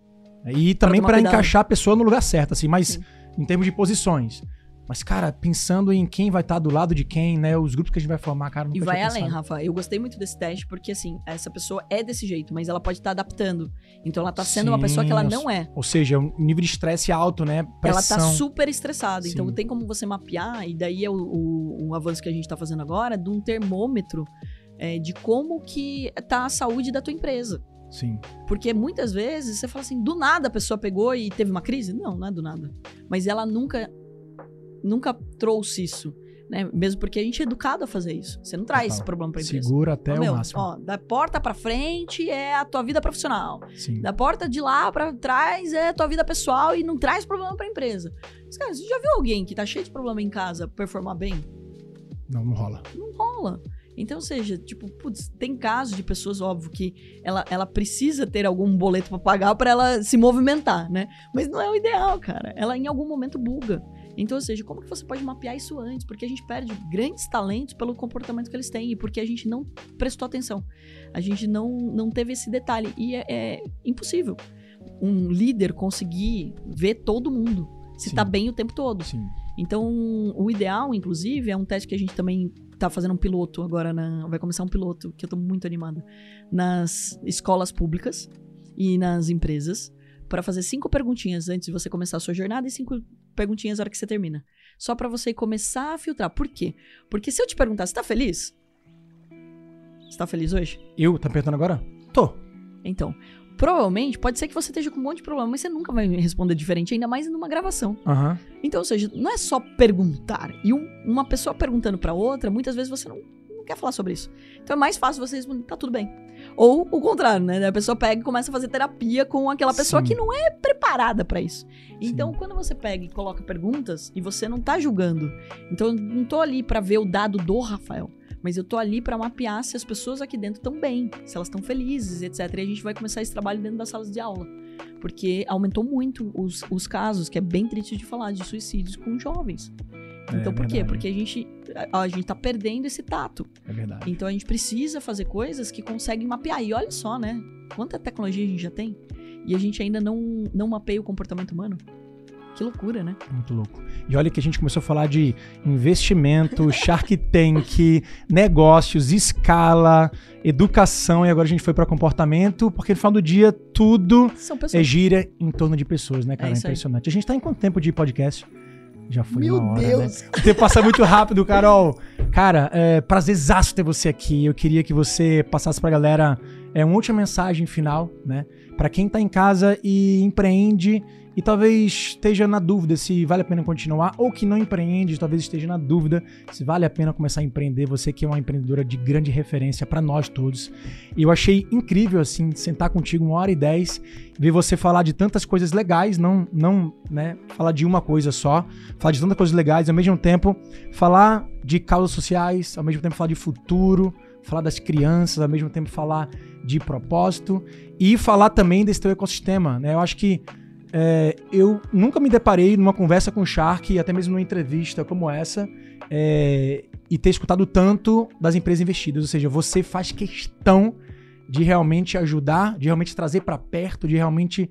E também pra, pra encaixar a pessoa no lugar certo, assim, mas Sim. em termos de posições. Mas, cara, pensando em quem vai estar do lado de quem, né? Os grupos que a gente vai formar, cara, nunca E vai além, pensado. Rafa. Eu gostei muito desse teste porque, assim, essa pessoa é desse jeito, mas ela pode estar adaptando. Então, ela tá sendo Sim, uma pessoa que ela não é. Ou seja, um nível de estresse alto, né? Pressão. Ela tá super estressada. Sim. Então, tem como você mapear, e daí é o, o, o avanço que a gente tá fazendo agora, de um termômetro é, de como que tá a saúde da tua empresa. Sim. Porque muitas vezes você fala assim, do nada a pessoa pegou e teve uma crise? Não, não é do nada. Mas ela nunca... nunca trouxe isso, né? Mesmo porque a gente é educado a fazer isso. Você não traz esse problema pra empresa. Segura até Ó, o meu, máximo. Ó, da porta pra frente é a tua vida profissional. Sim. Da porta de lá pra trás é a tua vida pessoal e não traz problema pra empresa. Mas, cara, você já viu alguém que tá cheio de problema em casa performar bem? Não, não rola. Não rola. Então, ou seja, tipo, putz, tem casos de pessoas, óbvio, que ela, ela precisa ter algum boleto pra pagar pra ela se movimentar, né? Mas não é o ideal, cara. Ela em algum momento buga. Então, ou seja, como que você pode mapear isso antes? Porque a gente perde grandes talentos pelo comportamento que eles têm e porque a gente não prestou atenção. A gente não, não teve esse detalhe. E é, é impossível um líder conseguir ver todo mundo, se Sim. tá bem o tempo todo. Sim. Então, o ideal, inclusive, é um teste que a gente também tá fazendo um piloto agora, na, vai começar um piloto, que eu tô muito animada, nas escolas públicas e nas empresas, para fazer cinco perguntinhas antes de você começar a sua jornada e cinco perguntinhas na hora que você termina. Só para você começar a filtrar. Por quê? Porque se eu te perguntar, você tá feliz? Você tá feliz hoje? Eu? Tá perguntando agora? Tô. Então, provavelmente, pode ser que você esteja com um monte de problema, mas você nunca vai responder diferente, ainda mais numa gravação. Uhum. Então, ou seja, não é só perguntar. E um, uma pessoa perguntando pra outra, muitas vezes você não, não quer falar sobre isso. Então é mais fácil você responder, tá tudo bem. Ou o contrário, né? A pessoa pega e começa a fazer terapia com aquela pessoa Sim. que não é preparada pra isso. Então, Sim. quando você pega e coloca perguntas, e você não tá julgando. Então, eu não tô ali pra ver o dado do Rafael. Mas eu tô ali pra mapear se as pessoas aqui dentro estão bem, se elas estão felizes, etcétera. E a gente vai começar esse trabalho dentro das salas de aula. Porque aumentou muito os, os casos, que é bem triste de falar, de suicídios com jovens. Então, é por quê? Porque a gente, a, a gente tá perdendo esse tato. É verdade. Então, a gente precisa fazer coisas que conseguem mapear. E olha só, né? Quanta tecnologia a gente já tem. E a gente ainda não, não mapeia o comportamento humano. Que loucura, né? Muito louco. E olha que a gente começou a falar de investimento, Shark Tank, negócios, escala, educação, e agora a gente foi para comportamento, porque no final do dia tudo é gira em torno de pessoas, né, cara? É, é impressionante. Aí. A gente tá em quanto tempo de podcast? Já foi Meu uma hora, Deus! Né? O tempo passa muito rápido, Carol. Cara, é prazerzaço ter você aqui. Eu queria que você passasse pra galera é, uma última mensagem final, né? Pra quem tá em casa e empreende e talvez esteja na dúvida se vale a pena continuar, ou que não empreende, talvez esteja na dúvida se vale a pena começar a empreender. Você que é uma empreendedora de grande referência para nós todos. E eu achei incrível, assim, sentar contigo uma hora e dez, ver você falar de tantas coisas legais, não, não, né, falar de uma coisa só, falar de tantas coisas legais, ao mesmo tempo falar de causas sociais, ao mesmo tempo falar de futuro, falar das crianças, ao mesmo tempo falar de propósito e falar também desse teu ecossistema, né? Eu acho que É, eu nunca me deparei numa conversa com o Shark, até mesmo numa entrevista como essa, é, e ter escutado tanto das empresas investidas. Ou seja, você faz questão de realmente ajudar, de realmente trazer para perto, de realmente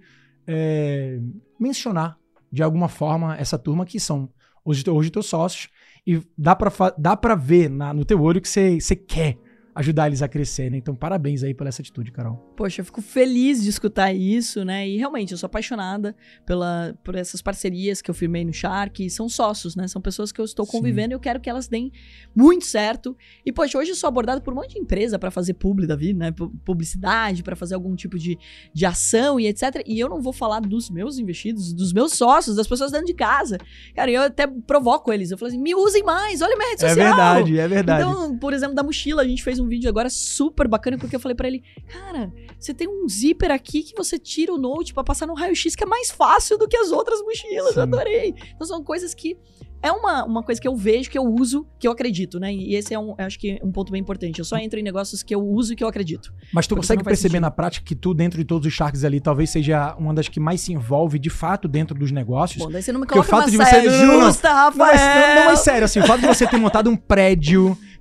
é, mencionar de alguma forma essa turma que são hoje, hoje teus sócios. E dá para dá para ver na, no teu olho que você, você quer ajudar eles a crescer, né? Então, parabéns aí pela essa atitude, Carol. Poxa, eu fico feliz de escutar isso, né? E realmente, eu sou apaixonada pela, por essas parcerias que eu firmei no Shark. São sócios, né? São pessoas que eu estou convivendo. Sim. E eu quero que elas deem muito certo. E, poxa, hoje eu sou abordado por um monte de empresa para fazer publi da vida, né? Publicidade, para fazer algum tipo de, de ação e etcétera. E eu não vou falar dos meus investidos, dos meus sócios, das pessoas dentro de casa. Cara, eu até provoco eles. Eu falo assim, me usem mais, olha minha rede social. É verdade, é verdade. Então, por exemplo, da mochila, a gente fez um vídeo agora super bacana, porque eu falei pra ele, cara, você tem um zíper aqui que você tira o note pra passar no raio-x, que é mais fácil do que as outras mochilas. Sim. Eu adorei. Então são coisas que é uma, uma coisa que eu vejo, que eu uso, que eu acredito, né? E esse é um, acho que um ponto bem importante. Eu só entro em negócios que eu uso e que eu acredito. Mas tu consegue perceber sentido. Na prática que tu, dentro de todos os Sharks ali, talvez seja uma das que mais se envolve, de fato, dentro dos negócios? Bom, daí você não me coloca o fato uma de saia você... não, não, não, justa, não. Rafael! Não, mas, não, mas sério, assim, o fato de você ter montado um prédio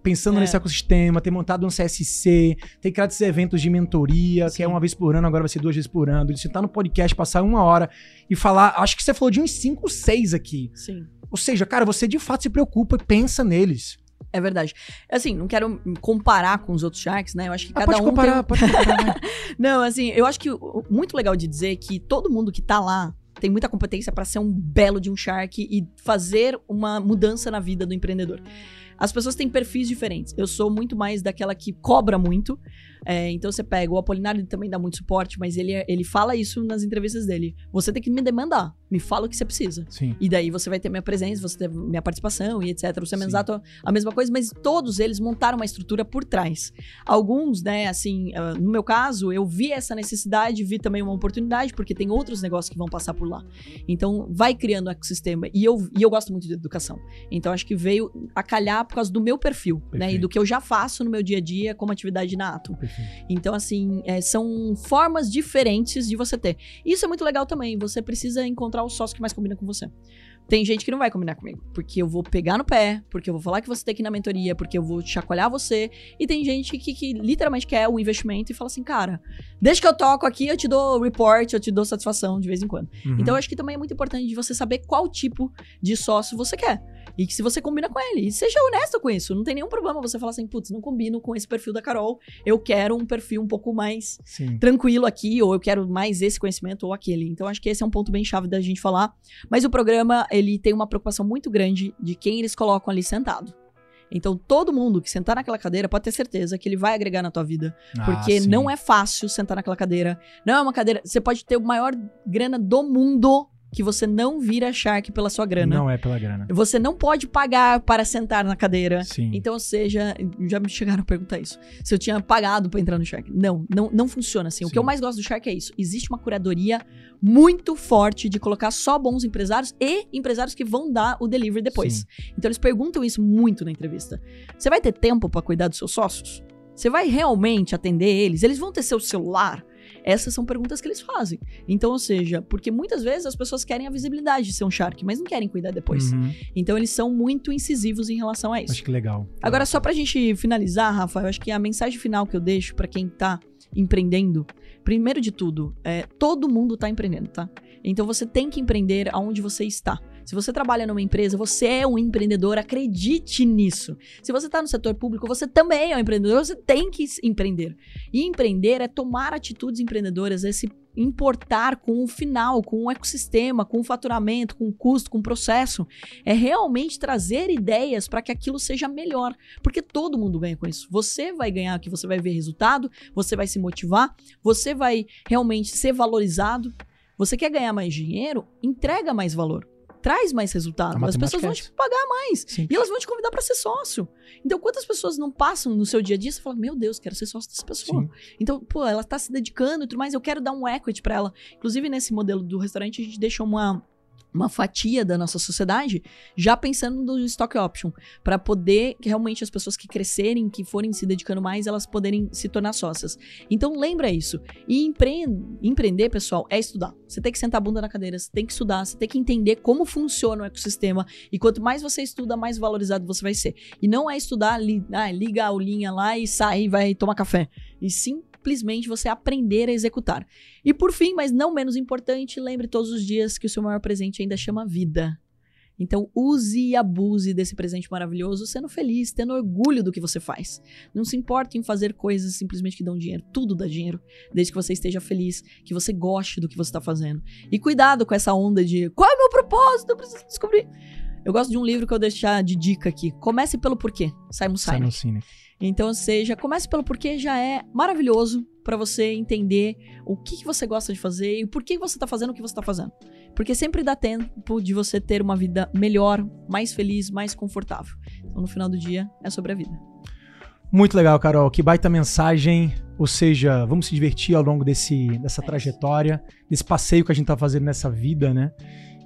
pensando é. nesse ecossistema, ter montado um C S C, ter criado esses eventos de mentoria, Sim. que é uma vez por ano, agora vai ser duas vezes por ano. De sentar no podcast, passar uma hora e falar, acho que você falou de uns cinco, seis aqui. Sim. Ou seja, cara, você de fato se preocupa e pensa neles. É verdade. Assim, não quero comparar com os outros Sharks, né? Eu acho que ah, cada pode um comparar, tem... pode comparar. Não, assim, eu acho que muito legal de dizer que todo mundo que tá lá tem muita competência para ser um belo de um Shark e fazer uma mudança na vida do empreendedor. As pessoas têm perfis diferentes. Eu sou muito mais daquela que cobra muito. É, então você pega, o Apolinário ele também dá muito suporte, mas ele, ele fala isso nas entrevistas dele. Você tem que me demandar, me fala o que você precisa. Sim. E daí você vai ter minha presença, você ter minha participação e etcétera. O Semenzato, a mesma coisa, mas todos eles montaram uma estrutura por trás. Alguns, né, assim, no meu caso, eu vi essa necessidade, vi também uma oportunidade, porque tem outros negócios que vão passar por lá. Então vai criando um ecossistema. E eu, e eu gosto muito de educação. Então acho que veio a calhar por causa do meu perfil, Perfeito. né? E do que eu já faço no meu dia a dia como atividade na Atom. Perfeito. Então, assim, é, são formas diferentes de você ter. Isso é muito legal também. Você precisa encontrar o sócio que mais combina com você. Tem gente que não vai combinar comigo, porque eu vou pegar no pé, porque eu vou falar que você tem que ir na mentoria, porque eu vou chacoalhar você. E tem gente que, que literalmente quer o investimento e fala assim, cara, desde que eu toco aqui, eu te dou report, eu te dou satisfação de vez em quando. Uhum. Então, eu acho que também é muito importante de você saber qual tipo de sócio você quer. E que se você combina com ele. E seja honesto com isso. Não tem nenhum problema você falar assim, putz, não combino com esse perfil da Carol. Eu quero um perfil um pouco mais Sim. tranquilo aqui, ou eu quero mais esse conhecimento ou aquele. Então, acho que esse é um ponto bem chave da gente falar. Mas o programa, ele tem uma preocupação muito grande de quem eles colocam ali sentado. Então, todo mundo que sentar naquela cadeira pode ter certeza que ele vai agregar na tua vida. Ah, porque sim. não é fácil sentar naquela cadeira. Não é uma cadeira... Você pode ter o maior grana do mundo... que você não vira Shark pela sua grana. Não é pela grana. Você não pode pagar para sentar na cadeira. Sim. Então, ou seja, já me chegaram a perguntar isso. Se eu tinha pagado para entrar no Shark. Não, não, não funciona assim. Sim. O que eu mais gosto do Shark é isso. Existe uma curadoria muito forte de colocar só bons empresários e empresários que vão dar o delivery depois. Sim. Então, eles perguntam isso muito na entrevista. Você vai ter tempo para cuidar dos seus sócios? Você vai realmente atender eles? Eles vão ter seu celular? Essas são perguntas que eles fazem. Então, ou seja, porque muitas vezes as pessoas querem a visibilidade de ser um Shark, mas não querem cuidar depois. Uhum. Então, eles são muito incisivos em relação a isso. Acho que legal. Agora, só pra gente finalizar, Rafa, eu acho que a mensagem final que eu deixo pra quem tá empreendendo, primeiro de tudo, é, todo mundo tá empreendendo, tá? Então, você tem que empreender aonde você está. Se você trabalha numa empresa, você é um empreendedor, acredite nisso. Se você está no setor público, você também é um empreendedor, você tem que empreender. E empreender é tomar atitudes empreendedoras, é se importar com o final, com o ecossistema, com o faturamento, com o custo, com o processo. É realmente trazer ideias para que aquilo seja melhor, porque todo mundo ganha com isso. Você vai ganhar, que você vai ver resultado, você vai se motivar, você vai realmente ser valorizado. Você quer ganhar mais dinheiro? Entrega mais valor. Traz mais resultado. As pessoas vão te pagar mais. Sim. E elas vão te convidar para ser sócio. Então, quantas pessoas não passam no seu dia a dia e você fala, meu Deus, quero ser sócio dessa pessoa. Sim. Então, pô, ela tá se dedicando e tudo mais, eu quero dar um equity para ela. Inclusive, nesse modelo do restaurante, a gente deixou uma... uma fatia da nossa sociedade, já pensando no stock option, para poder que realmente as pessoas que crescerem, que forem se dedicando mais, elas poderem se tornar sócias. Então lembra isso. E empre... empreender, pessoal, é estudar. Você tem que sentar a bunda na cadeira, você tem que estudar, você tem que entender como funciona o ecossistema, e quanto mais você estuda, mais valorizado você vai ser. E não é estudar, li... ah, liga a aulinha lá e sai e vai tomar café. E sim, simplesmente você aprender a executar. E por fim, mas não menos importante, lembre todos os dias que o seu maior presente ainda chama vida. Então use e abuse desse presente maravilhoso, sendo feliz, tendo orgulho do que você faz. Não se importe em fazer coisas simplesmente que dão dinheiro. Tudo dá dinheiro, desde que você esteja feliz, que você goste do que você está fazendo. E cuidado com essa onda de qual é o meu propósito, eu preciso descobrir. Eu gosto de um livro que eu vou deixar de dica aqui. Comece pelo porquê, Simon Sinek. Simon Sinek. Então, ou seja, comece pelo porquê já é maravilhoso para você entender o que, que você gosta de fazer e por que você tá fazendo o que você tá fazendo. Porque sempre dá tempo de você ter uma vida melhor, mais feliz, mais confortável. Então, no final do dia, é sobre a vida. Muito legal, Carol. Que baita mensagem. Ou seja, vamos se divertir ao longo desse, dessa é trajetória, desse passeio que a gente tá fazendo nessa vida, né?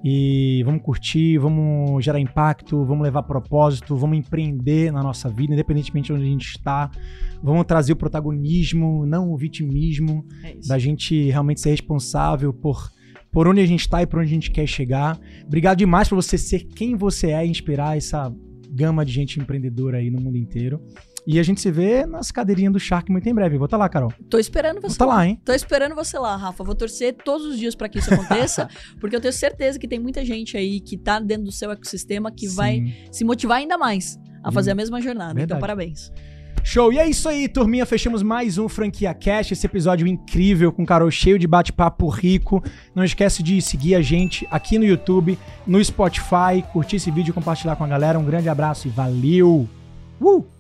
E vamos curtir, vamos gerar impacto, vamos levar propósito, vamos empreender na nossa vida, independentemente de onde a gente está. Vamos trazer o protagonismo, não o vitimismo, é da gente realmente ser responsável por, por onde a gente está e por onde a gente quer chegar. Obrigado demais por você ser quem você é e inspirar essa gama de gente empreendedora aí no mundo inteiro. E a gente se vê nas cadeirinhas do Shark muito em breve. Vou estar lá, Carol. Tô esperando você Vou tá lá, hein? Tô esperando você lá, Rafa. Vou torcer todos os dias pra que isso aconteça, porque eu tenho certeza que tem muita gente aí que tá dentro do seu ecossistema que Sim. vai se motivar ainda mais a fazer hum. a mesma jornada. Verdade. Então, parabéns. Show! E é isso aí, turminha. Fechamos mais um Franquia Cast, esse episódio incrível com o Carol, cheio de bate-papo rico. Não esquece de seguir a gente aqui no YouTube, no Spotify, curtir esse vídeo e compartilhar com a galera. Um grande abraço e valeu! Uh!